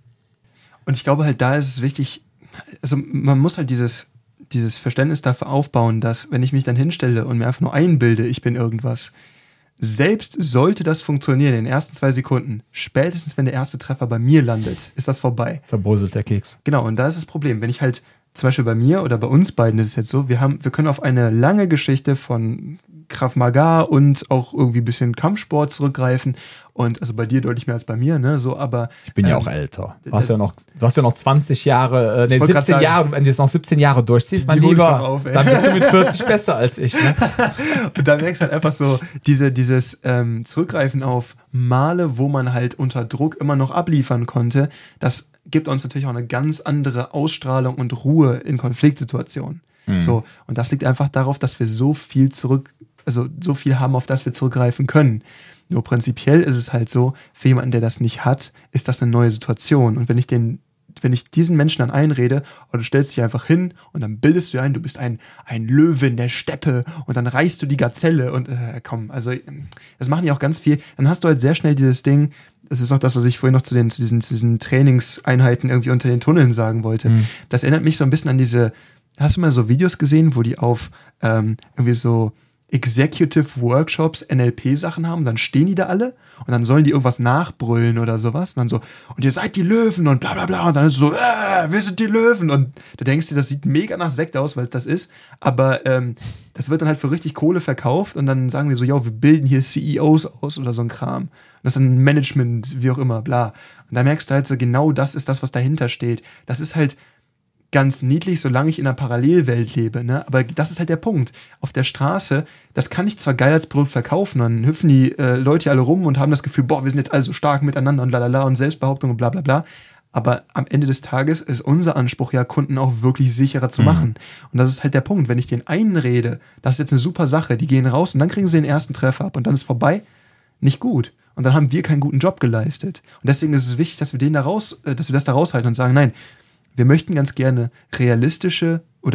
Und ich glaube halt, da ist es wichtig, also man muss halt dieses, dieses Verständnis dafür aufbauen, dass, wenn ich mich dann hinstelle und mir einfach nur einbilde, ich bin irgendwas, selbst sollte das funktionieren in den ersten zwei Sekunden, spätestens wenn der erste Treffer bei mir landet, ist das vorbei. Verbröselt der Keks. Genau, und da ist das Problem. Wenn ich halt, zum Beispiel bei mir oder bei uns beiden ist es jetzt so, wir haben, wir können auf eine lange Geschichte von Krav Maga und auch irgendwie ein bisschen Kampfsport zurückgreifen. Und also bei dir deutlich mehr als bei mir, ne? So, aber. Ich bin ähm, ja auch älter. Du hast ja noch, du hast ja noch zwanzig Jahre, äh, nee, siebzehn sagen, Jahre, wenn du jetzt noch siebzehn Jahre durchziehst, mein Lieber, auf, dann bist du mit vierzig besser als ich. Ne? Und da merkst du halt einfach so, diese, dieses ähm, Zurückgreifen auf Male, wo man halt unter Druck immer noch abliefern konnte, das gibt uns natürlich auch eine ganz andere Ausstrahlung und Ruhe in Konfliktsituationen. Mhm. So, und das liegt einfach darauf, dass wir so viel zurück, also so viel haben, auf das wir zurückgreifen können. Nur prinzipiell ist es halt so, für jemanden, der das nicht hat, ist das eine neue Situation. Und wenn ich den, wenn ich diesen Menschen dann einrede, oder du stellst dich einfach hin und dann bildest du ein, du bist ein, ein Löwe in der Steppe und dann reißt du die Gazelle und äh, komm, also das machen die auch ganz viel. Dann hast du halt sehr schnell dieses Ding, das ist auch das, was ich vorhin noch zu, den, zu, diesen, zu diesen Trainingseinheiten irgendwie unter den Tunneln sagen wollte. Mhm. Das erinnert mich so ein bisschen an diese, hast du mal so Videos gesehen, wo die auf ähm, irgendwie so Executive Workshops N L P-Sachen haben, dann stehen die da alle und dann sollen die irgendwas nachbrüllen oder sowas und dann so, und ihr seid die Löwen und bla bla bla und dann ist es so, äh, wir sind die Löwen und du denkst dir, das sieht mega nach Sekt aus, weil es das ist, aber ähm, das wird dann halt für richtig Kohle verkauft und dann sagen wir so, ja, wir bilden hier C E Os aus oder so ein Kram. Und das ist dann Management, wie auch immer, bla. Und da merkst du halt so, genau das ist das, was dahinter steht. Das ist halt ganz niedlich, solange ich in einer Parallelwelt lebe, ne? Aber das ist halt der Punkt. Auf der Straße, das kann ich zwar geil als Produkt verkaufen, dann hüpfen die äh, Leute alle rum und haben das Gefühl, boah, wir sind jetzt alle so stark miteinander und lalala und Selbstbehauptung und bla bla bla. Aber am Ende des Tages ist unser Anspruch ja, Kunden auch wirklich sicherer zu machen. Mhm. Und das ist halt der Punkt. Wenn ich denen einrede, das ist jetzt eine super Sache, die gehen raus und dann kriegen sie den ersten Treffer ab und dann ist vorbei, nicht gut. Und dann haben wir keinen guten Job geleistet. Und deswegen ist es wichtig, dass wir den da raus, äh, dass wir das da raushalten und sagen, nein, wir möchten ganz gerne realistische oder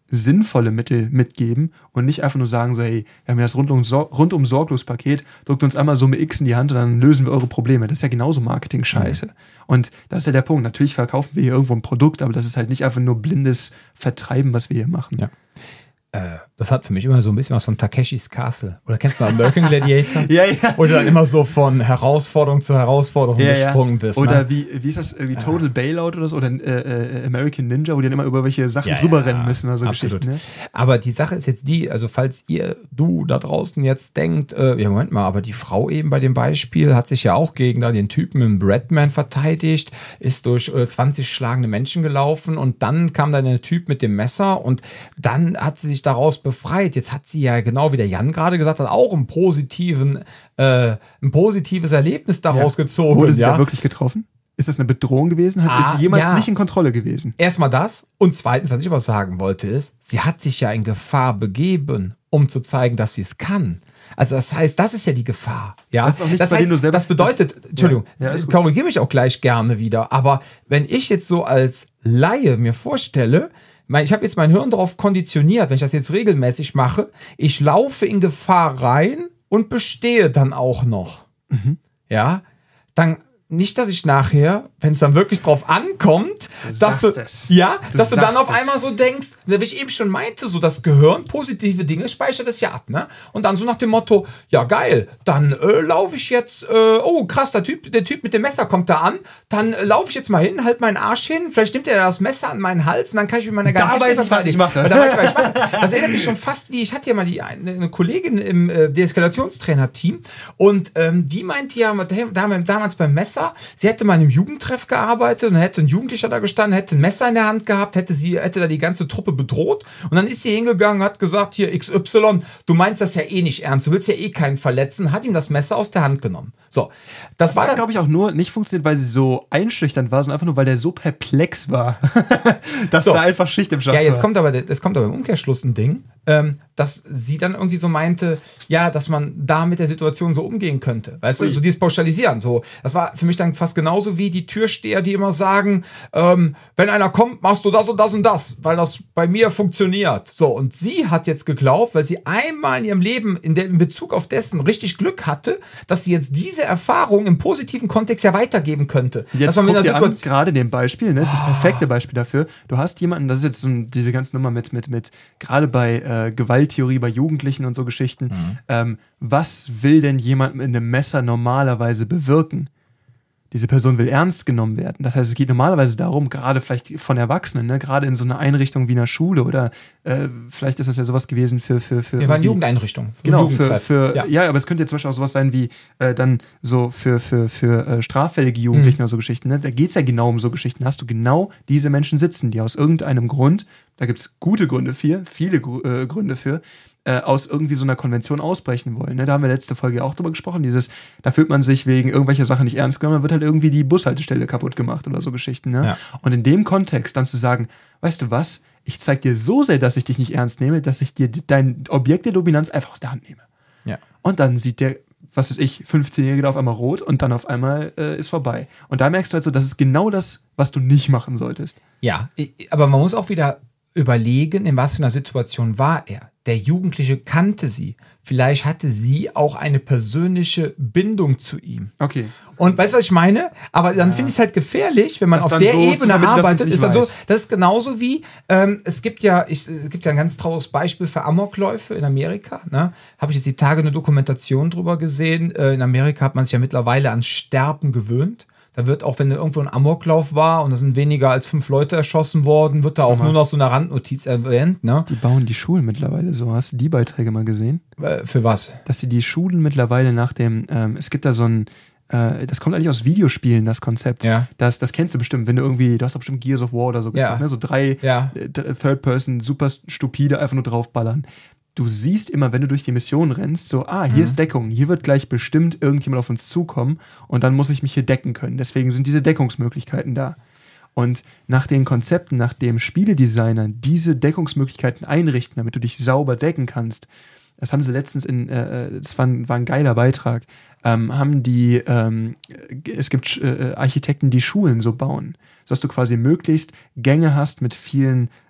sinnvolle Mittel mitgeben und nicht einfach nur sagen so, hey, wir haben ja das rundum, rundum sorglos Paket, drückt uns einmal Summe X in die Hand und dann lösen wir eure Probleme. Das ist ja genauso Marketing-Scheiße. Mhm. Und das ist ja der Punkt. Natürlich verkaufen wir hier irgendwo ein Produkt, aber das ist halt nicht einfach nur blindes Vertreiben, was wir hier machen. Ja. Äh, das hat für mich immer so ein bisschen was von Takeshis Castle. Oder kennst du mal American Gladiator? Ja, ja. Oder dann immer so von Herausforderung zu Herausforderung ja, gesprungen ja. bist. Oder ne? wie, wie ist das, wie Total ja. Bailout oder so? Oder äh, äh, American Ninja, wo die dann immer über welche Sachen ja, drüber ja, rennen müssen. Also absolut. Geschichten. Ne? Aber die Sache ist jetzt die, also falls ihr, du da draußen jetzt denkt, äh, ja Moment mal, aber die Frau eben bei dem Beispiel hat sich ja auch gegen da den Typen im Breadman verteidigt, ist durch äh, zwanzig schlagende Menschen gelaufen und dann kam dann der Typ mit dem Messer und dann hat sie sich daraus befreit. Jetzt hat sie ja, genau wie der Jan gerade gesagt hat, auch einen positiven, äh, ein positives Erlebnis daraus ja. gezogen. Wurde sie ja da wirklich getroffen? Ist das eine Bedrohung gewesen? Hat, ah, ist sie jemals ja. nicht in Kontrolle gewesen? Erstmal das. Und zweitens, was ich aber sagen wollte, ist, sie hat sich ja in Gefahr begeben, um zu zeigen, dass sie es kann. Also das heißt, das ist ja die Gefahr. Ja? Das ist auch nichts, das bei heißt, dem du selber... Das bedeutet, das, Entschuldigung, ja, ja, korrigiere mich auch gleich gerne wieder, aber wenn ich jetzt so als Laie mir vorstelle, ich habe jetzt mein Hirn darauf konditioniert, wenn ich das jetzt regelmäßig mache, ich laufe in Gefahr rein und bestehe dann auch noch. Mhm. Ja, dann nicht, dass ich nachher, wenn es dann wirklich drauf ankommt, du dass du, es. ja, du dass du dann auf es. einmal so denkst, wie ich eben schon meinte, so das Gehirn, positive Dinge speichert es ja ab, ne? Und dann so nach dem Motto, ja geil, dann äh, laufe ich jetzt, äh, oh krass, der Typ, der Typ mit dem Messer kommt da an, dann äh, laufe ich jetzt mal hin, halt meinen Arsch hin, vielleicht nimmt er das Messer an meinen Hals und dann kann ich mit meiner ganzen... Da weiß ich, was ich mache. Da weiß ich, was ich mache. Das erinnert mich schon fast wie, ich hatte ja mal die, eine, eine Kollegin im äh, Deeskalationstrainer-Team und ähm, die meinte ja damals beim Messer, sie hätte mal in einem Jugendtreff gearbeitet und hätte ein Jugendlicher da gestanden, hätte ein Messer in der Hand gehabt, hätte sie hätte da die ganze Truppe bedroht und dann ist sie hingegangen, hat gesagt, hier X Y, du meinst das ja eh nicht ernst, du willst ja eh keinen verletzen, hat ihm das Messer aus der Hand genommen. So, das, das war dann, dann, glaube ich, auch nur nicht funktioniert, weil sie so einschüchternd war, sondern einfach nur, weil der so perplex war, dass so. da einfach Schicht im Schacht war. Ja, jetzt kommt aber, es kommt aber im Umkehrschluss ein Ding, ähm, dass sie dann irgendwie so meinte, ja, dass man da mit der Situation so umgehen könnte. Weißt Ui. du, so dieses Pauschalisieren. So, das war für mich dann fast genauso wie die Türsteher, die immer sagen, ähm, wenn einer kommt, machst du das und das und das, weil das bei mir funktioniert. So, und sie hat jetzt geglaubt, weil sie einmal in ihrem Leben in, der, in Bezug auf dessen richtig Glück hatte, dass sie jetzt diese Erfahrung im positiven Kontext ja weitergeben könnte. Jetzt guck dir an, gerade dem Beispiel, ne, das ist das perfekte Beispiel dafür. Du hast jemanden, das ist jetzt so diese ganze Nummer mit, mit, mit gerade bei äh, Gewalttheorie, bei Jugendlichen und so Geschichten. Mhm. Ähm, was will denn jemand mit einem Messer normalerweise bewirken? Diese Person will ernst genommen werden. Das heißt, es geht normalerweise darum, gerade vielleicht von Erwachsenen, ne, gerade in so einer Einrichtung wie einer Schule oder äh, vielleicht ist das ja sowas gewesen für... für, für Wir waren Jugendeinrichtung. Genau, für, für ja. ja, aber es könnte jetzt zum Beispiel auch sowas sein wie äh, dann so für, für, für äh, straffällige Jugendlichen mhm. oder so Geschichten. Ne? Da geht es ja genau um so Geschichten. Hast du genau diese Menschen sitzen, die aus irgendeinem Grund, da gibt es gute Gründe für, viele äh, Gründe für, Äh, aus irgendwie so einer Konvention ausbrechen wollen. Ne? Da haben wir letzte Folge auch drüber gesprochen, dieses, da fühlt man sich wegen irgendwelcher Sachen nicht ernst genommen, dann wird halt irgendwie die Bushaltestelle kaputt gemacht oder so Geschichten. Ne? Ja. Und in dem Kontext dann zu sagen, weißt du was, ich zeig dir so sehr, dass ich dich nicht ernst nehme, dass ich dir dein Objekt der Dominanz einfach aus der Hand nehme. Ja. Und dann sieht der, was weiß ich, fünfzehnjährige da auf einmal rot und dann auf einmal äh, ist vorbei. Und da merkst du halt so, das ist genau das, was du nicht machen solltest. Ja, aber man muss auch wieder überlegen, in was für einer Situation war er. Der Jugendliche kannte sie. Vielleicht hatte sie auch eine persönliche Bindung zu ihm. Okay. Und weißt du, was ich meine? Aber dann ja. finde ich es halt gefährlich, wenn man das auf der so Ebene arbeitet. Ist dann so, das ist genauso wie, ähm, es gibt ja, ich, es gibt ja ein ganz trauriges Beispiel für Amokläufe in Amerika. Ne? Habe ich jetzt die Tage eine Dokumentation drüber gesehen. Äh, in Amerika hat man sich ja mittlerweile an Sterben gewöhnt. Da wird auch, wenn irgendwo ein Amoklauf war und da sind weniger als fünf Leute erschossen worden, wird da auch nur noch so eine Randnotiz erwähnt. Ne? Die bauen die Schulen mittlerweile so. Hast du die Beiträge mal gesehen? Äh, für was? Dass sie die Schulen mittlerweile nach dem, ähm, es gibt da so ein, äh, das kommt eigentlich aus Videospielen, das Konzept. Ja. Das, das kennst du bestimmt, wenn du irgendwie, du hast doch bestimmt Gears of War oder so gezockt, ja. ne? So drei ja. äh, Third-Person, super stupide, einfach nur draufballern. Du siehst immer, wenn du durch die Mission rennst, so, ah, hier mhm. ist Deckung, hier wird gleich bestimmt irgendjemand auf uns zukommen und dann muss ich mich hier decken können. Deswegen sind diese Deckungsmöglichkeiten da. Und nach den Konzepten, nachdem Spieledesigner diese Deckungsmöglichkeiten einrichten, damit du dich sauber decken kannst, das haben sie letztens in, äh, das war ein, war ein geiler Beitrag, ähm, haben die, ähm, es gibt äh, Architekten, die Schulen so bauen, sodass du quasi möglichst Gänge hast mit vielen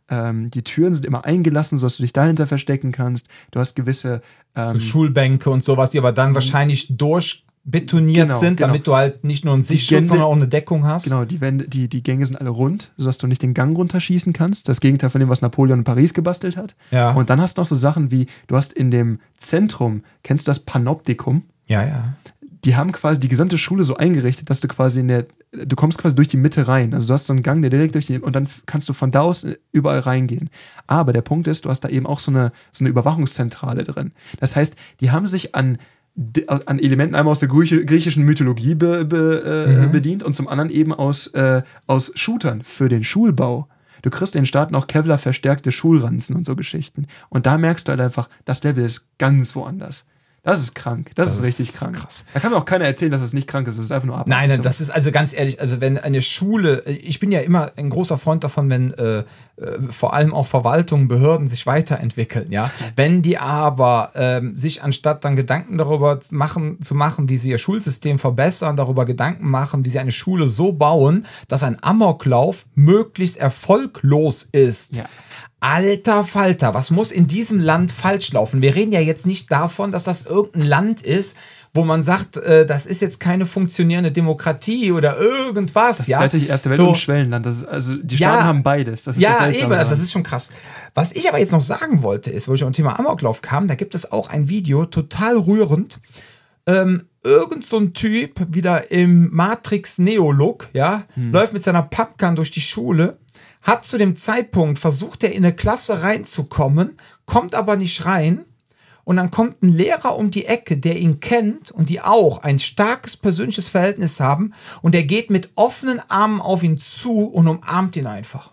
ähm, die Türen sind immer eingelassen, sodass du dich dahinter verstecken kannst. Du hast gewisse ähm, so Schulbänke und sowas, die aber dann wahrscheinlich durchbetoniert genau, sind, genau. damit du halt nicht nur einen Sichtschutz, Gände- sondern auch eine Deckung hast. Genau, die, Wände, die, die Gänge sind alle rund, sodass du nicht den Gang runterschießen kannst. Das Gegenteil von dem, was Napoleon in Paris gebastelt hat. Ja. Und dann hast du noch so Sachen wie, du hast in dem Zentrum, kennst du das Panoptikum? Ja, ja. Die haben quasi die gesamte Schule so eingerichtet, dass du quasi in der, du kommst quasi durch die Mitte rein. Also du hast so einen Gang, der direkt durch die, und dann kannst du von da aus überall reingehen. Aber der Punkt ist, du hast da eben auch so eine, so eine Überwachungszentrale drin. Das heißt, die haben sich an, an Elementen einmal aus der Grieche, griechischen Mythologie be, be, äh, mhm. bedient und zum anderen eben aus, äh, aus Shootern für den Schulbau. Du kriegst in den Staaten auch Kevlar verstärkte Schulranzen und so Geschichten. Und da merkst du halt einfach, das Level ist ganz woanders. Das ist krank. Das, das ist richtig ist krank. Krass. Da kann mir auch keiner erzählen, dass es nicht krank ist. Es ist einfach nur ab. Nein, nein, das ist also ganz ehrlich, also wenn eine Schule, ich bin ja immer ein großer Freund davon, wenn äh, äh, vor allem auch Verwaltungen, Behörden sich weiterentwickeln, ja. Wenn die aber ähm, sich anstatt dann Gedanken darüber machen, zu machen, wie sie ihr Schulsystem verbessern, darüber Gedanken machen, wie sie eine Schule so bauen, dass ein Amoklauf möglichst erfolglos ist. Ja. Alter Falter, was muss in diesem Land falsch laufen? Wir reden ja jetzt nicht davon, dass das irgendein Land ist, wo man sagt, äh, das ist jetzt keine funktionierende Demokratie oder irgendwas. Das ist ja? gleichzeitig erste Welt so. und Schwellenland. Das ist, also die Staaten ja, haben beides. Das ist ja, das eben, also das ist schon krass. Was ich aber jetzt noch sagen wollte, ist, wo ich auf ein Thema Amoklauf kam, da gibt es auch ein Video, total rührend. Ähm, irgend so ein Typ, wieder im Matrix-Neo-Look, ja, hm. läuft mit seiner Pumpgun durch die Schule, hat zu dem Zeitpunkt versucht, er in eine Klasse reinzukommen, kommt aber nicht rein. Und dann kommt ein Lehrer um die Ecke, der ihn kennt und die auch ein starkes persönliches Verhältnis haben. Und er geht mit offenen Armen auf ihn zu und umarmt ihn einfach.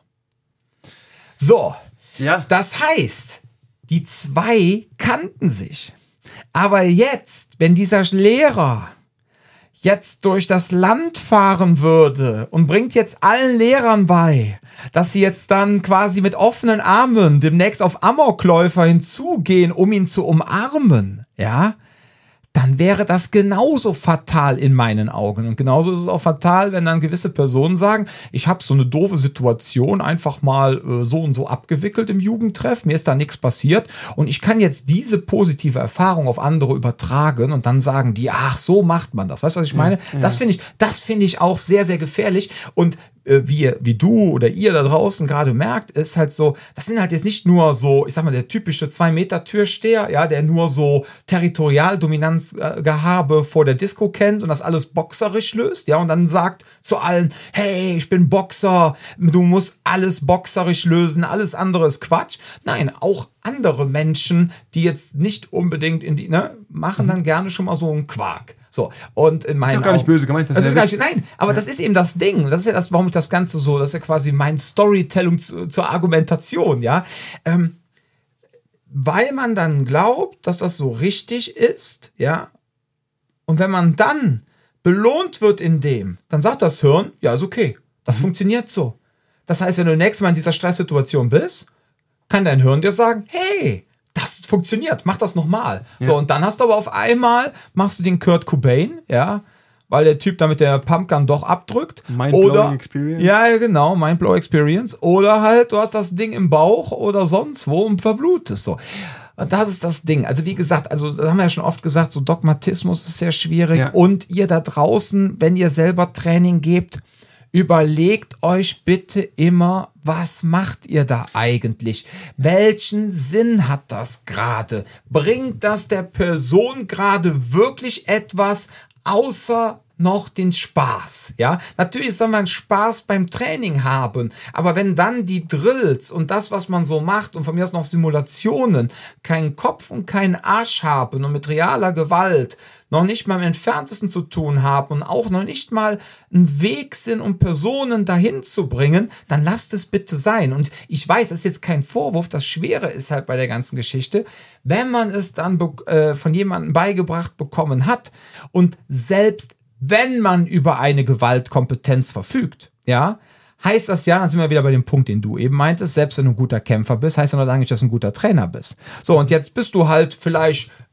So, ja. Das heißt, die zwei kannten sich. Aber jetzt, wenn dieser Lehrer jetzt durch das Land fahren würde und bringt jetzt allen Lehrern bei, dass sie jetzt dann quasi mit offenen Armen demnächst auf Amokläufer hinzugehen, um ihn zu umarmen, ja, dann wäre das genauso fatal in meinen Augen. Und genauso ist es auch fatal, wenn dann gewisse Personen sagen, ich habe so eine doofe Situation einfach mal äh, so und so abgewickelt im Jugendtreff, mir ist da nichts passiert und ich kann jetzt diese positive Erfahrung auf andere übertragen und dann sagen die, ach, so macht man das. Weißt du, was ich meine? Ja, ja. Das finde ich, das finde ich auch sehr, sehr gefährlich und Wie, wie du oder ihr da draußen gerade merkt, ist halt so, das sind halt jetzt nicht nur so, ich sag mal, der typische zwei Meter Türsteher, ja, der nur so Territorialdominanzgehabe vor der Disco kennt und das alles boxerisch löst, ja, und dann sagt zu allen, hey, ich bin Boxer, du musst alles boxerisch lösen, alles andere ist Quatsch. Nein, auch andere Menschen, die jetzt nicht unbedingt in die, ne, machen dann gerne schon mal so einen Quark. So, und in meinen das ist doch gar nicht böse gemeint. Das das ist gar nicht, nein, aber ja. Das ist eben das Ding. Das ist ja das, warum ich das Ganze so, das ist ja quasi mein Storytelling zu, zur Argumentation, ja. Ähm, weil man dann glaubt, dass das so richtig ist, ja. Und wenn man dann belohnt wird in dem, dann sagt das Hirn, ja, ist okay. Das mhm. funktioniert so. Das heißt, wenn du nächstes Mal in dieser Stresssituation bist, kann dein Hirn dir sagen, hey, das funktioniert, mach das nochmal. Ja. So, und dann hast du aber auf einmal, machst du den Kurt Cobain, ja, weil der Typ da mit der Pumpgun doch abdrückt. Mind-blowing Experience. Ja, genau, Mind-blowing Experience. Oder halt, du hast das Ding im Bauch oder sonst wo und verblutest so. Und das ist das Ding. Also wie gesagt, also das haben wir ja schon oft gesagt, so Dogmatismus ist sehr schwierig. Ja. Und ihr da draußen, wenn ihr selber Training gebt, überlegt euch bitte immer, was macht ihr da eigentlich? Welchen Sinn hat das gerade? Bringt das der Person gerade wirklich etwas außer noch den Spaß? Ja, natürlich soll man Spaß beim Training haben, aber wenn dann die Drills und das, was man so macht und von mir aus noch Simulationen keinen Kopf und keinen Arsch haben und mit realer Gewalt noch nicht mal im Entferntesten zu tun haben und auch noch nicht mal einen Weg sind, um Personen dahin zu bringen, dann lasst es bitte sein. Und ich weiß, das ist jetzt kein Vorwurf, das Schwere ist halt bei der ganzen Geschichte, wenn man es dann äh, von jemandem beigebracht bekommen hat und selbst wenn man über eine Gewaltkompetenz verfügt, ja, heißt das ja, dann sind wir wieder bei dem Punkt, den du eben meintest, selbst wenn du ein guter Kämpfer bist, heißt das noch lange nicht, dass du ein guter Trainer bist. So, und jetzt bist du halt vielleicht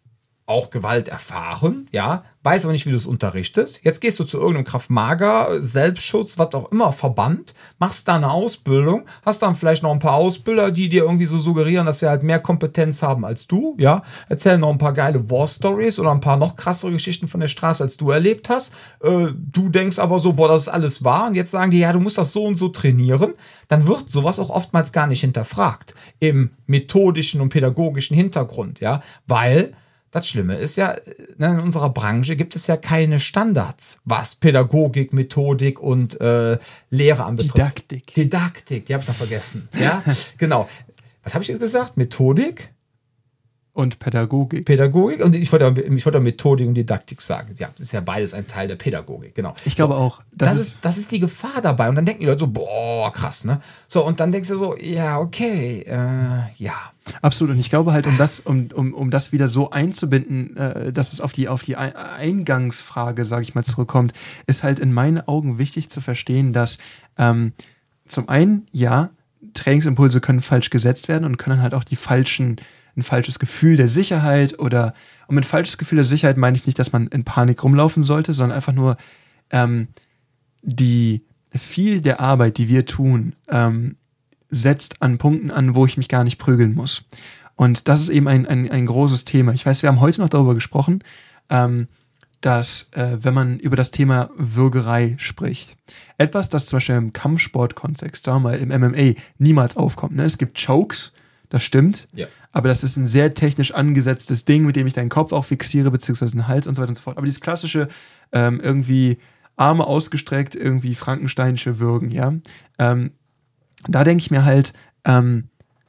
auch Gewalt erfahren, ja, weiß aber nicht, wie du es unterrichtest. Jetzt gehst du zu irgendeinem Krav-Maga, Selbstschutz, was auch immer, Verband, machst da eine Ausbildung, hast dann vielleicht noch ein paar Ausbilder, die dir irgendwie so suggerieren, dass sie halt mehr Kompetenz haben als du, ja, erzählen noch ein paar geile War-Stories oder ein paar noch krassere Geschichten von der Straße, als du erlebt hast. Äh, du denkst aber so, boah, das ist alles wahr, und jetzt sagen die, ja, du musst das so und so trainieren. Dann wird sowas auch oftmals gar nicht hinterfragt im methodischen und pädagogischen Hintergrund, ja, weil das Schlimme ist ja, in unserer Branche gibt es ja keine Standards, was Pädagogik, Methodik und äh, Lehre anbetrifft. Didaktik. Didaktik, die habe ich noch vergessen. Ja, genau. Was habe ich jetzt gesagt? Methodik? Und Pädagogik. Pädagogik, und ich wollte, ich wollte Methodik und Didaktik sagen. Ja, das ist ja beides ein Teil der Pädagogik, genau. Ich glaube so, auch. Das, das, ist, das ist die Gefahr dabei. Und dann denken die Leute so, boah, krass, ne? So, und dann denkst du so, ja, okay, äh, ja. Absolut. Und ich glaube halt, um das, um, um, um das wieder so einzubinden, äh, dass es auf die, auf die Eingangsfrage, sage ich mal, zurückkommt, ist halt in meinen Augen wichtig zu verstehen, dass ähm, zum einen, ja, Trainingsimpulse können falsch gesetzt werden und können halt auch die falschen ein falsches Gefühl der Sicherheit oder, und mit falsches Gefühl der Sicherheit meine ich nicht, dass man in Panik rumlaufen sollte, sondern einfach nur ähm, die viel der Arbeit, die wir tun, ähm, setzt an Punkten an, wo ich mich gar nicht prügeln muss. Und das ist eben ein, ein, ein großes Thema. Ich weiß, wir haben heute noch darüber gesprochen, ähm, dass äh, wenn man über das Thema Würgerei spricht, etwas, das zum Beispiel im Kampfsport-Kontext, sagen wir mal im M M A, niemals aufkommt. Ne? Es gibt Chokes, das stimmt, ja. Aber das ist ein sehr technisch angesetztes Ding, mit dem ich deinen Kopf auch fixiere, beziehungsweise den Hals und so weiter und so fort. Aber dieses klassische, ähm, irgendwie Arme ausgestreckt, irgendwie Frankensteinische Würgen, ja. Ähm, da denke ich mir halt, ähm,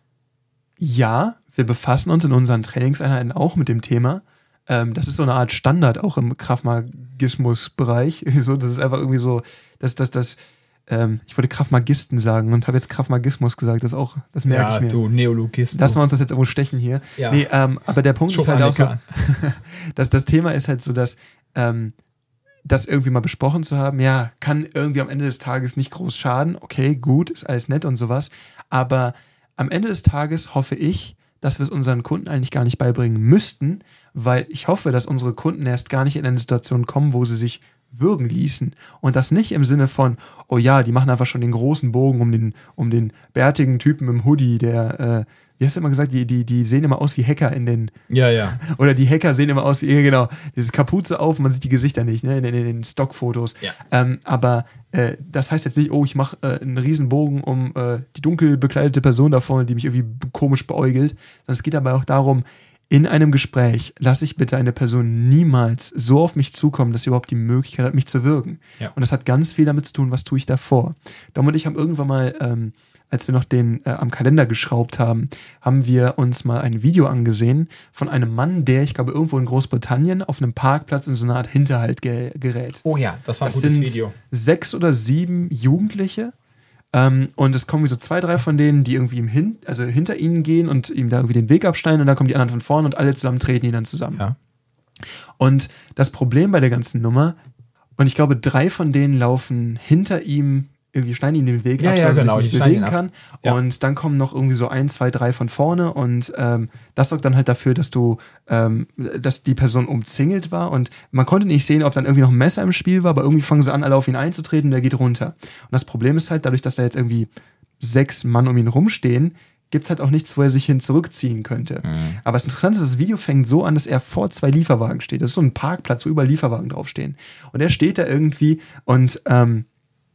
ja, wir befassen uns in unseren Trainingseinheiten auch mit dem Thema. Ähm, das ist so eine Art Standard auch im Krav-Magismus-Bereich. So, das ist einfach irgendwie so, dass das, das, ähm, ich wollte Krav-Magisten sagen und habe jetzt Krav-Magismus gesagt. Das auch, das merke ja, ich mir. Du Neologist. Lassen wir uns das jetzt irgendwo stechen hier. Ja. Nee, ähm, aber der Punkt Schon ist halt auch so, Annika. dass das Thema ist halt so, dass ähm, das irgendwie mal besprochen zu haben, ja, kann irgendwie am Ende des Tages nicht groß schaden. Okay, gut, ist alles nett und sowas. Aber am Ende des Tages hoffe ich, dass wir es unseren Kunden eigentlich gar nicht beibringen müssten, weil ich hoffe, dass unsere Kunden erst gar nicht in eine Situation kommen, wo sie sich würgen ließen. Und das nicht im Sinne von, oh ja, die machen einfach schon den großen Bogen um den, um den bärtigen Typen im Hoodie, der, äh, wie hast du immer gesagt, die, die, die sehen immer aus wie Hacker in den... Ja, ja. Oder die Hacker sehen immer aus wie, genau, dieses Kapuze auf, man sieht die Gesichter nicht, ne, in, in, in den Stockfotos. Ja. Ähm, aber äh, das heißt jetzt nicht, oh, ich mache äh, einen riesen Bogen um äh, die dunkel bekleidete Person da vorne, die mich irgendwie komisch beäugelt. Sondern es geht aber auch darum, in einem Gespräch lasse ich bitte eine Person niemals so auf mich zukommen, dass sie überhaupt die Möglichkeit hat, mich zu würgen. Ja. Und das hat ganz viel damit zu tun, was tue ich davor. Dom und ich haben irgendwann mal, ähm, als wir noch den äh, am Kalender geschraubt haben, haben wir uns mal ein Video angesehen von einem Mann, der, ich glaube, irgendwo in Großbritannien auf einem Parkplatz in so eine Art Hinterhalt ge- gerät. Oh ja, das war ein Das gutes sind Video. sechs oder sieben Jugendliche. Ähm, und es kommen wie so zwei, drei von denen, die irgendwie ihm hin, also hinter ihnen gehen und ihm da irgendwie den Weg abschneiden, und dann kommen die anderen von vorne und alle zusammen treten ihn dann zusammen. Ja. Und das Problem bei der ganzen Nummer, und ich glaube, drei von denen laufen hinter ihm, irgendwie schneiden ihm den Weg Ja, ab, ja, sodass genau, er die sich nicht schneiden bewegen ihn kann. ab. Ja. Und dann kommen noch irgendwie so ein, zwei, drei von vorne, und ähm, das sorgt dann halt dafür, dass du, ähm, dass die Person umzingelt war, und man konnte nicht sehen, ob dann irgendwie noch ein Messer im Spiel war, aber irgendwie fangen sie an, alle auf ihn einzutreten, und der geht runter. Und das Problem ist halt, dadurch, dass da jetzt irgendwie sechs Mann um ihn rumstehen, gibt es halt auch nichts, wo er sich hin zurückziehen könnte. Mhm. Aber das Interessante ist, das Video fängt so an, dass er vor zwei Lieferwagen steht. Das ist so ein Parkplatz, wo überall Lieferwagen draufstehen. Und er steht da irgendwie, und ähm,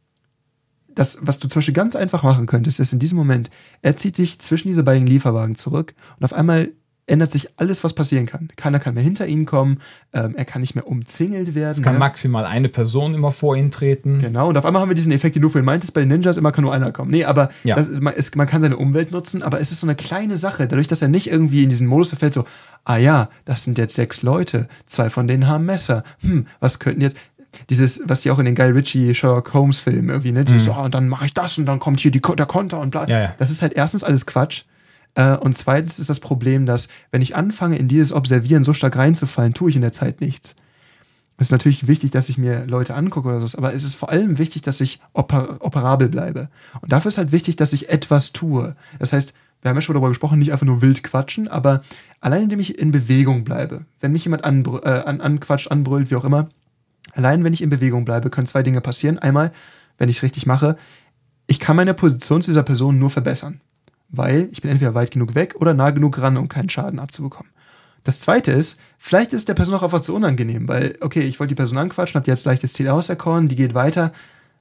das, was du zum Beispiel ganz einfach machen könntest, ist in diesem Moment, er zieht sich zwischen diese beiden Lieferwagen zurück, und auf einmal ändert sich alles, was passieren kann. Keiner kann mehr hinter ihn kommen, ähm, er kann nicht mehr umzingelt werden. Es kann ne? maximal eine Person immer vor ihn treten. Genau, und auf einmal haben wir diesen Effekt, den du vorhin meintest, bei den Ninjas, immer kann nur einer kommen. Nee, aber Ja. das, man, ist, man kann seine Umwelt nutzen, aber es ist so eine kleine Sache, dadurch, dass er nicht irgendwie in diesen Modus verfällt, so, ah ja, das sind jetzt sechs Leute, zwei von denen haben Messer, hm, was könnten jetzt... Dieses, was die auch in den Guy Ritchie Sherlock Holmes Filmen irgendwie, ne? Dieses, Mhm. oh, und dann mache ich das und dann kommt hier die, der Konter und bla. Ja, ja. Das ist halt erstens alles Quatsch. Äh, und zweitens ist das Problem, dass, wenn ich anfange, in dieses Observieren so stark reinzufallen, tue ich in der Zeit nichts. Es ist natürlich wichtig, dass ich mir Leute angucke oder so, aber es ist vor allem wichtig, dass ich oper- operabel bleibe. Und dafür ist halt wichtig, dass ich etwas tue. Das heißt, wir haben ja schon darüber gesprochen, nicht einfach nur wild quatschen, aber allein indem ich in Bewegung bleibe, wenn mich jemand anbr- äh, an, anquatscht, anbrüllt, wie auch immer, allein wenn ich in Bewegung bleibe, können zwei Dinge passieren. Einmal, wenn ich es richtig mache, ich kann meine Position zu dieser Person nur verbessern, weil ich bin entweder weit genug weg oder nah genug ran, um keinen Schaden abzubekommen. Das Zweite ist, vielleicht ist der Person auch einfach zu unangenehm, weil, okay, ich wollte die Person anquatschen, hab die jetzt leichtes Ziel auserkoren, die geht weiter.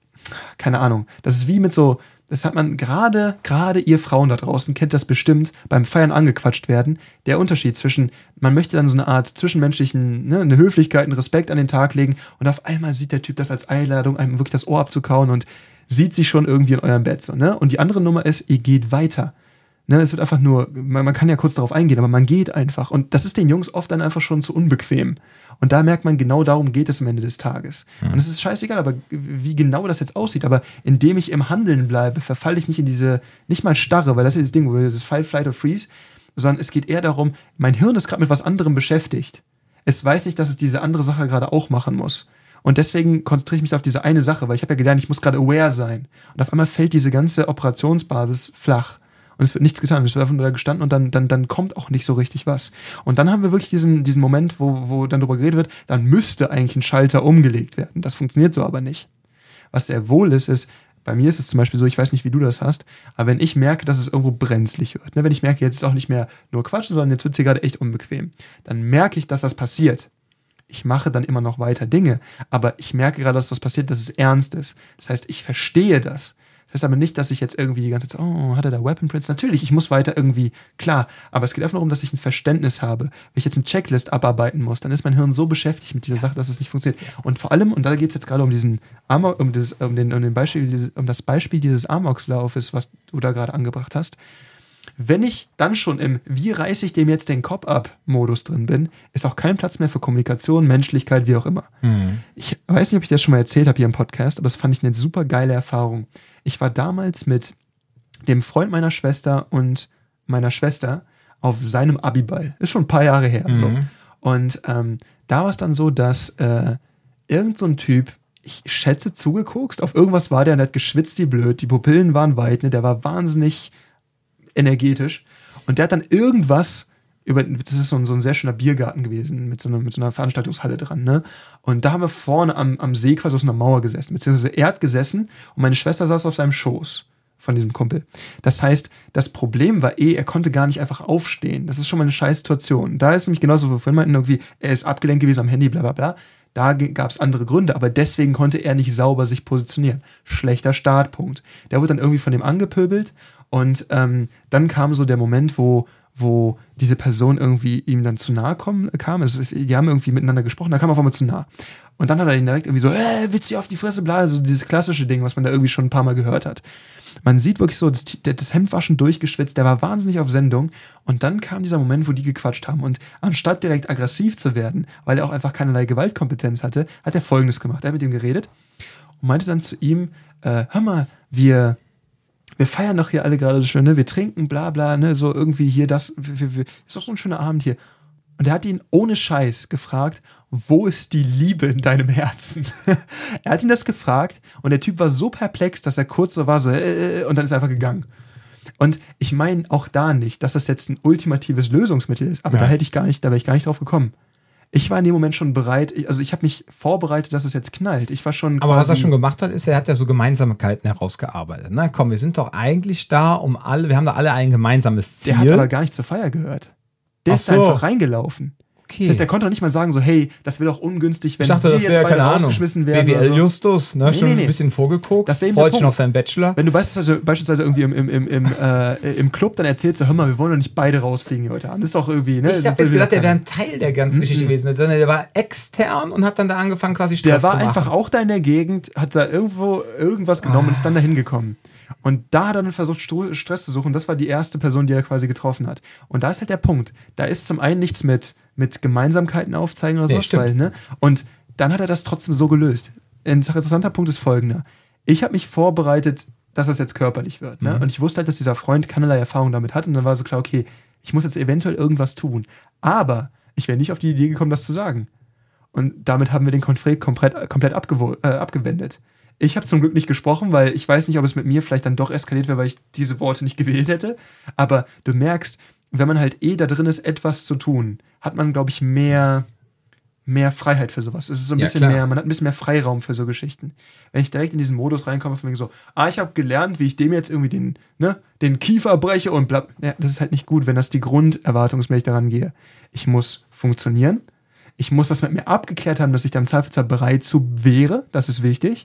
Keine Ahnung. Das ist wie mit so, das hat man gerade, gerade ihr Frauen da draußen, kennt das bestimmt, beim Feiern angequatscht werden. Der Unterschied zwischen, man möchte dann so eine Art zwischenmenschlichen, ne, eine Höflichkeit, einen Respekt an den Tag legen und auf einmal sieht der Typ das als Einladung, einem wirklich das Ohr abzukauen und sieht sich schon irgendwie in eurem Bett. So, ne? Und die andere Nummer ist, ihr geht weiter. Ne, es wird einfach nur, man, man kann ja kurz darauf eingehen, aber man geht einfach. Und das ist den Jungs oft dann einfach schon zu unbequem. Und da merkt man, genau darum geht es am Ende des Tages. Mhm. Und es ist scheißegal, aber wie genau das jetzt aussieht. Aber indem ich im Handeln bleibe, verfalle ich nicht in diese, nicht mal Starre, weil das ist das Ding, wo wir das Fight, Flight or Freeze, sondern es geht eher darum, mein Hirn ist gerade mit was anderem beschäftigt. Es weiß nicht, dass es diese andere Sache gerade auch machen muss. Und deswegen konzentriere ich mich auf diese eine Sache, weil ich habe ja gelernt, ich muss gerade aware sein. Und auf einmal fällt diese ganze Operationsbasis flach. Und es wird nichts getan. Es wird einfach nur da gestanden und dann, dann, dann kommt auch nicht so richtig was. Und dann haben wir wirklich diesen, diesen Moment, wo, wo dann darüber geredet wird, dann müsste eigentlich ein Schalter umgelegt werden. Das funktioniert so aber nicht. Was sehr wohl ist, ist, bei mir ist es zum Beispiel so, ich weiß nicht, wie du das hast, aber wenn ich merke, dass es irgendwo brenzlig wird, ne, wenn ich merke, jetzt ist auch nicht mehr nur Quatsch, sondern jetzt wird es hier gerade echt unbequem, dann merke ich, dass das passiert. Ich mache dann immer noch weiter Dinge, aber ich merke gerade, dass was passiert, dass es ernst ist. Das heißt, ich verstehe das. Das heißt aber nicht, dass ich jetzt irgendwie die ganze Zeit, oh, hat er da Weapon Prints? Natürlich, ich muss weiter irgendwie, klar, aber es geht einfach darum, dass ich ein Verständnis habe. Wenn ich jetzt eine Checklist abarbeiten muss, dann ist mein Hirn so beschäftigt mit dieser Sache, dass es nicht funktioniert. Und vor allem, und da geht es jetzt gerade um diesen Amok, um, dieses, um, den, um, den Beispiel, um das Beispiel dieses Amokslaufes, was du da gerade angebracht hast. Wenn ich dann schon im Wie reiße ich dem jetzt den Kopf ab Modus drin bin, ist auch kein Platz mehr für Kommunikation, Menschlichkeit, wie auch immer. Mhm. Ich weiß nicht, ob ich das schon mal erzählt habe hier im Podcast, aber das fand ich eine super geile Erfahrung. Ich war damals mit dem Freund meiner Schwester und meiner Schwester auf seinem Abiball. Ist schon ein paar Jahre her. Mhm. So. Und ähm, da war es dann so, dass äh, irgend so ein Typ, ich schätze, zugeguckt, auf irgendwas war der und der hat geschwitzt wie blöd, die Pupillen waren weit, ne, der war wahnsinnig energetisch. Und der hat dann irgendwas über, das ist so ein, so ein sehr schöner Biergarten gewesen, mit so einer, mit so einer Veranstaltungshalle dran, ne? Und da haben wir vorne am, am See quasi auf so einer Mauer gesessen, beziehungsweise er hat gesessen und meine Schwester saß auf seinem Schoß von diesem Kumpel. Das heißt, das Problem war eh, er konnte gar nicht einfach aufstehen. Das ist schon mal eine scheiß Situation. Da ist nämlich genauso, wie wir vorhin meinten, irgendwie, er ist abgelenkt gewesen am Handy, bla bla bla. Da gab es andere Gründe, aber deswegen konnte er nicht sauber sich positionieren. Schlechter Startpunkt. Der wurde dann irgendwie von dem angepöbelt und ähm, dann kam so der Moment, wo, wo diese Person irgendwie ihm dann zu nahe kommen, kam. Also, die haben irgendwie miteinander gesprochen, da kam er auf einmal zu nah. Und dann hat er ihn direkt irgendwie so, äh, willst du auf die Fresse, bla, also dieses klassische Ding, was man da irgendwie schon ein paar Mal gehört hat. Man sieht wirklich so, das, das Hemd war schon durchgeschwitzt, der war wahnsinnig auf Sendung und dann kam dieser Moment, wo die gequatscht haben und anstatt direkt aggressiv zu werden, weil er auch einfach keinerlei Gewaltkompetenz hatte, hat er Folgendes gemacht. Er hat mit ihm geredet und meinte dann zu ihm, äh, hör mal, wir... Wir feiern doch hier alle gerade so schön, ne? Wir trinken, bla bla, ne? So irgendwie hier das, wir, wir, ist doch so ein schöner Abend hier. Und er hat ihn ohne Scheiß gefragt, wo ist die Liebe in deinem Herzen? Er hat ihn das gefragt und der Typ war so perplex, dass er kurz so war, so, äh, und dann ist er einfach gegangen. Und ich meine auch da nicht, dass das jetzt ein ultimatives Lösungsmittel ist, aber ja. da hätte ich gar nicht, da wäre ich gar nicht drauf gekommen. Ich war in dem Moment schon bereit, also ich habe mich vorbereitet, dass es jetzt knallt. Ich war schon. Aber was er schon gemacht hat, ist, er hat ja so Gemeinsamkeiten herausgearbeitet. Na komm, wir sind doch eigentlich da, um alle, wir haben da alle ein gemeinsames Ziel. Der hat aber gar nicht zur Feier gehört. Der Ach ist so. da einfach reingelaufen. Okay. Das heißt, der konnte doch nicht mal sagen, so, hey, das wäre doch ungünstig, wenn ich dachte, wir das jetzt wäre, beide keine Ahnung, rausgeschmissen werden. B W L so. Justus, ne, Nee, schon nee, nee. ein bisschen vorgeguckt, Das wäre ihm freut der schon Punkt. auf seinen Bachelor. Wenn du beispielsweise, beispielsweise irgendwie im, im, im, im, äh, im Club dann erzählst, so, hör mal, wir wollen doch nicht beide rausfliegen hier heute Abend. Das ist doch irgendwie, ne? Ich habe jetzt gedacht, der wäre ein Teil der ganzen Geschichte gewesen, sondern der war extern und hat dann da angefangen, quasi Stress Der war zu machen. einfach auch da in der Gegend, hat da irgendwo irgendwas genommen und ist dann dahin gekommen. Und da hat er dann versucht, Stru- Stress zu suchen. Das war die erste Person, die er quasi getroffen hat. Und da ist halt der Punkt. Da ist zum einen nichts mit, mit Gemeinsamkeiten aufzeigen oder Nee, sowas. stimmt. Weil, ne? Und dann hat er das trotzdem so gelöst. Ein interessanter Punkt ist folgender. Ich habe mich vorbereitet, dass das jetzt körperlich wird. Ne? Mhm. Und ich wusste halt, dass dieser Freund keinerlei Erfahrung damit hat. Und dann war so klar, okay, ich muss jetzt eventuell irgendwas tun. Aber ich wäre nicht auf die Idee gekommen, das zu sagen. Und damit haben wir den Konflikt komplett, komplett abgewo- äh, abgewendet. Ich habe zum Glück nicht gesprochen, weil ich weiß nicht, ob es mit mir vielleicht dann doch eskaliert wäre, weil ich diese Worte nicht gewählt hätte. Aber du merkst, wenn man halt eh da drin ist, etwas zu tun, hat man, glaube ich, mehr, mehr Freiheit für sowas. Es ist so ein Ja, bisschen klar. mehr, man hat ein bisschen mehr Freiraum für so Geschichten. Wenn ich direkt in diesen Modus reinkomme, von wegen so, ah, ich habe gelernt, wie ich dem jetzt irgendwie den, ne, den Kiefer breche und bla. Ja, das ist halt nicht gut, wenn das die Grunderwartung ist, wenn ich daran gehe. Ich muss funktionieren. Ich muss das mit mir abgeklärt haben, dass ich da im Zweifelsfall bereit zu wäre. Das ist wichtig.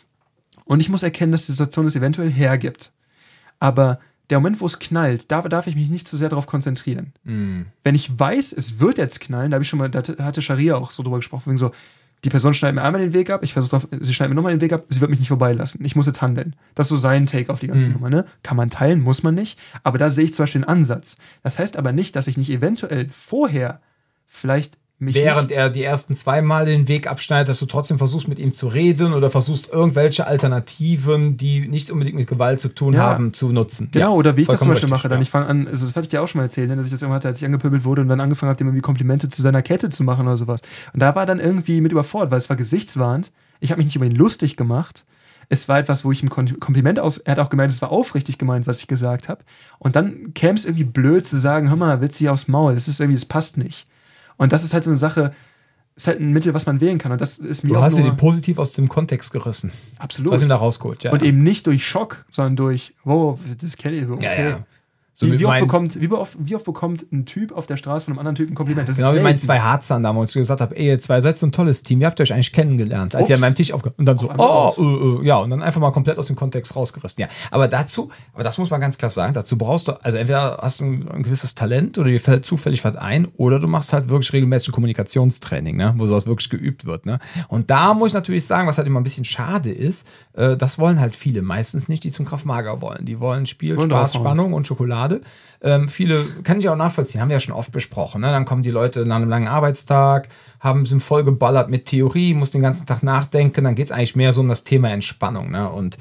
Und ich muss erkennen, dass die Situation es eventuell hergibt. Aber der Moment, wo es knallt, da darf ich mich nicht zu sehr darauf konzentrieren. Mm. Wenn ich weiß, es wird jetzt knallen, da habe ich schon mal, da hatte Scharia auch so drüber gesprochen, wegen so, die Person schneidet mir einmal den Weg ab, ich versuche, sie schneidet mir nochmal den Weg ab, sie wird mich nicht vorbeilassen. Ich muss jetzt handeln. Das ist so sein Take auf die ganze Mhm. Nummer, ne? Kann man teilen, muss man nicht. Aber da sehe ich zum Beispiel den Ansatz. Das heißt aber nicht, dass ich nicht eventuell vorher vielleicht mich Während nicht, er die ersten zweimal den Weg abschneidet, dass du trotzdem versuchst, mit ihm zu reden oder versuchst, irgendwelche Alternativen, die nichts unbedingt mit Gewalt zu tun Ja. haben, zu nutzen. Genau, Ja, oder wie ich das zum vollkommen Beispiel richtig, mache, dann ja. ich fange an, also das hatte ich dir auch schon mal erzählt, ne, dass ich das irgendwann hatte, als ich angepöbelt wurde und dann angefangen habe, dem irgendwie Komplimente zu seiner Kette zu machen oder sowas. Und da war dann irgendwie mit überfordert, weil es war gesichtswahrend. Ich habe mich nicht über ihn lustig gemacht. Es war etwas, wo ich ihm Kon- Kompliment aus, er hat auch gemeint, es war aufrichtig gemeint, was ich gesagt habe. Und dann käme es irgendwie blöd zu sagen, hör mal, witzig aufs Maul, das ist irgendwie, das passt nicht. Und das ist halt so eine Sache, ist halt ein Mittel, was man wählen kann. Und das ist mir Du auch hast dir nur, den positiv aus dem Kontext gerissen. absolut. Du hast ihn da rausgeholt, ja. Und eben nicht durch Schock, sondern durch, wow, das kenne ich, okay. ja, ja. So Wie, mit wie, oft meinen- bekommt, wie, oft, wie oft bekommt ein Typ auf der Straße von einem anderen Typen ein Kompliment? Das Genau ist wie meine selten. zwei Harzern damals, wo ich gesagt habe, ey, ihr zwei seid so ein tolles Team, wie habt ihr euch eigentlich kennengelernt? Als Ups. ihr an meinem Tisch aufge... Und dann so, einmal oh, raus. äh, äh, ja, und dann einfach mal komplett aus dem Kontext rausgerissen. Ja, aber dazu, aber das muss man ganz klar sagen, dazu brauchst du, also entweder hast du ein, ein gewisses Talent oder dir fällt zufällig was ein oder du machst halt wirklich regelmäßig Kommunikationstraining, ne, wo sowas wirklich geübt wird, ne. Und da muss ich natürlich sagen, was halt immer ein bisschen schade ist, äh, das wollen halt viele meistens nicht, die zum Krav Maga wollen. Die wollen Spiel, Und Spaß, draufhauen. Spannung und Schokolade. Ähm, viele, kann ich auch nachvollziehen, haben wir ja schon oft besprochen. Ne? Dann kommen die Leute nach einem langen Arbeitstag, haben, sind voll geballert mit Theorie, muss den ganzen Tag nachdenken. Dann geht es eigentlich mehr so um das Thema Entspannung. Ne? Und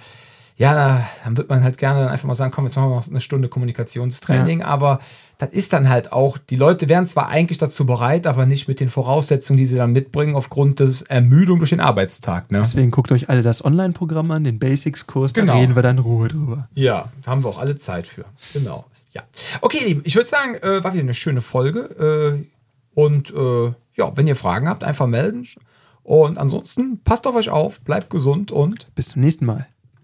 ja, dann wird man halt gerne einfach mal sagen, komm, jetzt machen wir noch eine Stunde Kommunikationstraining. Ja. Aber das ist dann halt auch, die Leute wären zwar eigentlich dazu bereit, aber nicht mit den Voraussetzungen, die sie dann mitbringen, aufgrund des Ermüdung durch den Arbeitstag. Ne? Deswegen guckt euch alle das Online-Programm an, den Basics-Kurs, da Genau. reden wir dann in Ruhe drüber. Ja, da haben wir auch alle Zeit für. Genau. Ja. Okay, Lieben, ich würde sagen, äh, war wieder eine schöne Folge. Äh, und äh, ja, wenn ihr Fragen habt, einfach melden. Und ansonsten passt auf euch auf, bleibt gesund und Bis zum nächsten Mal.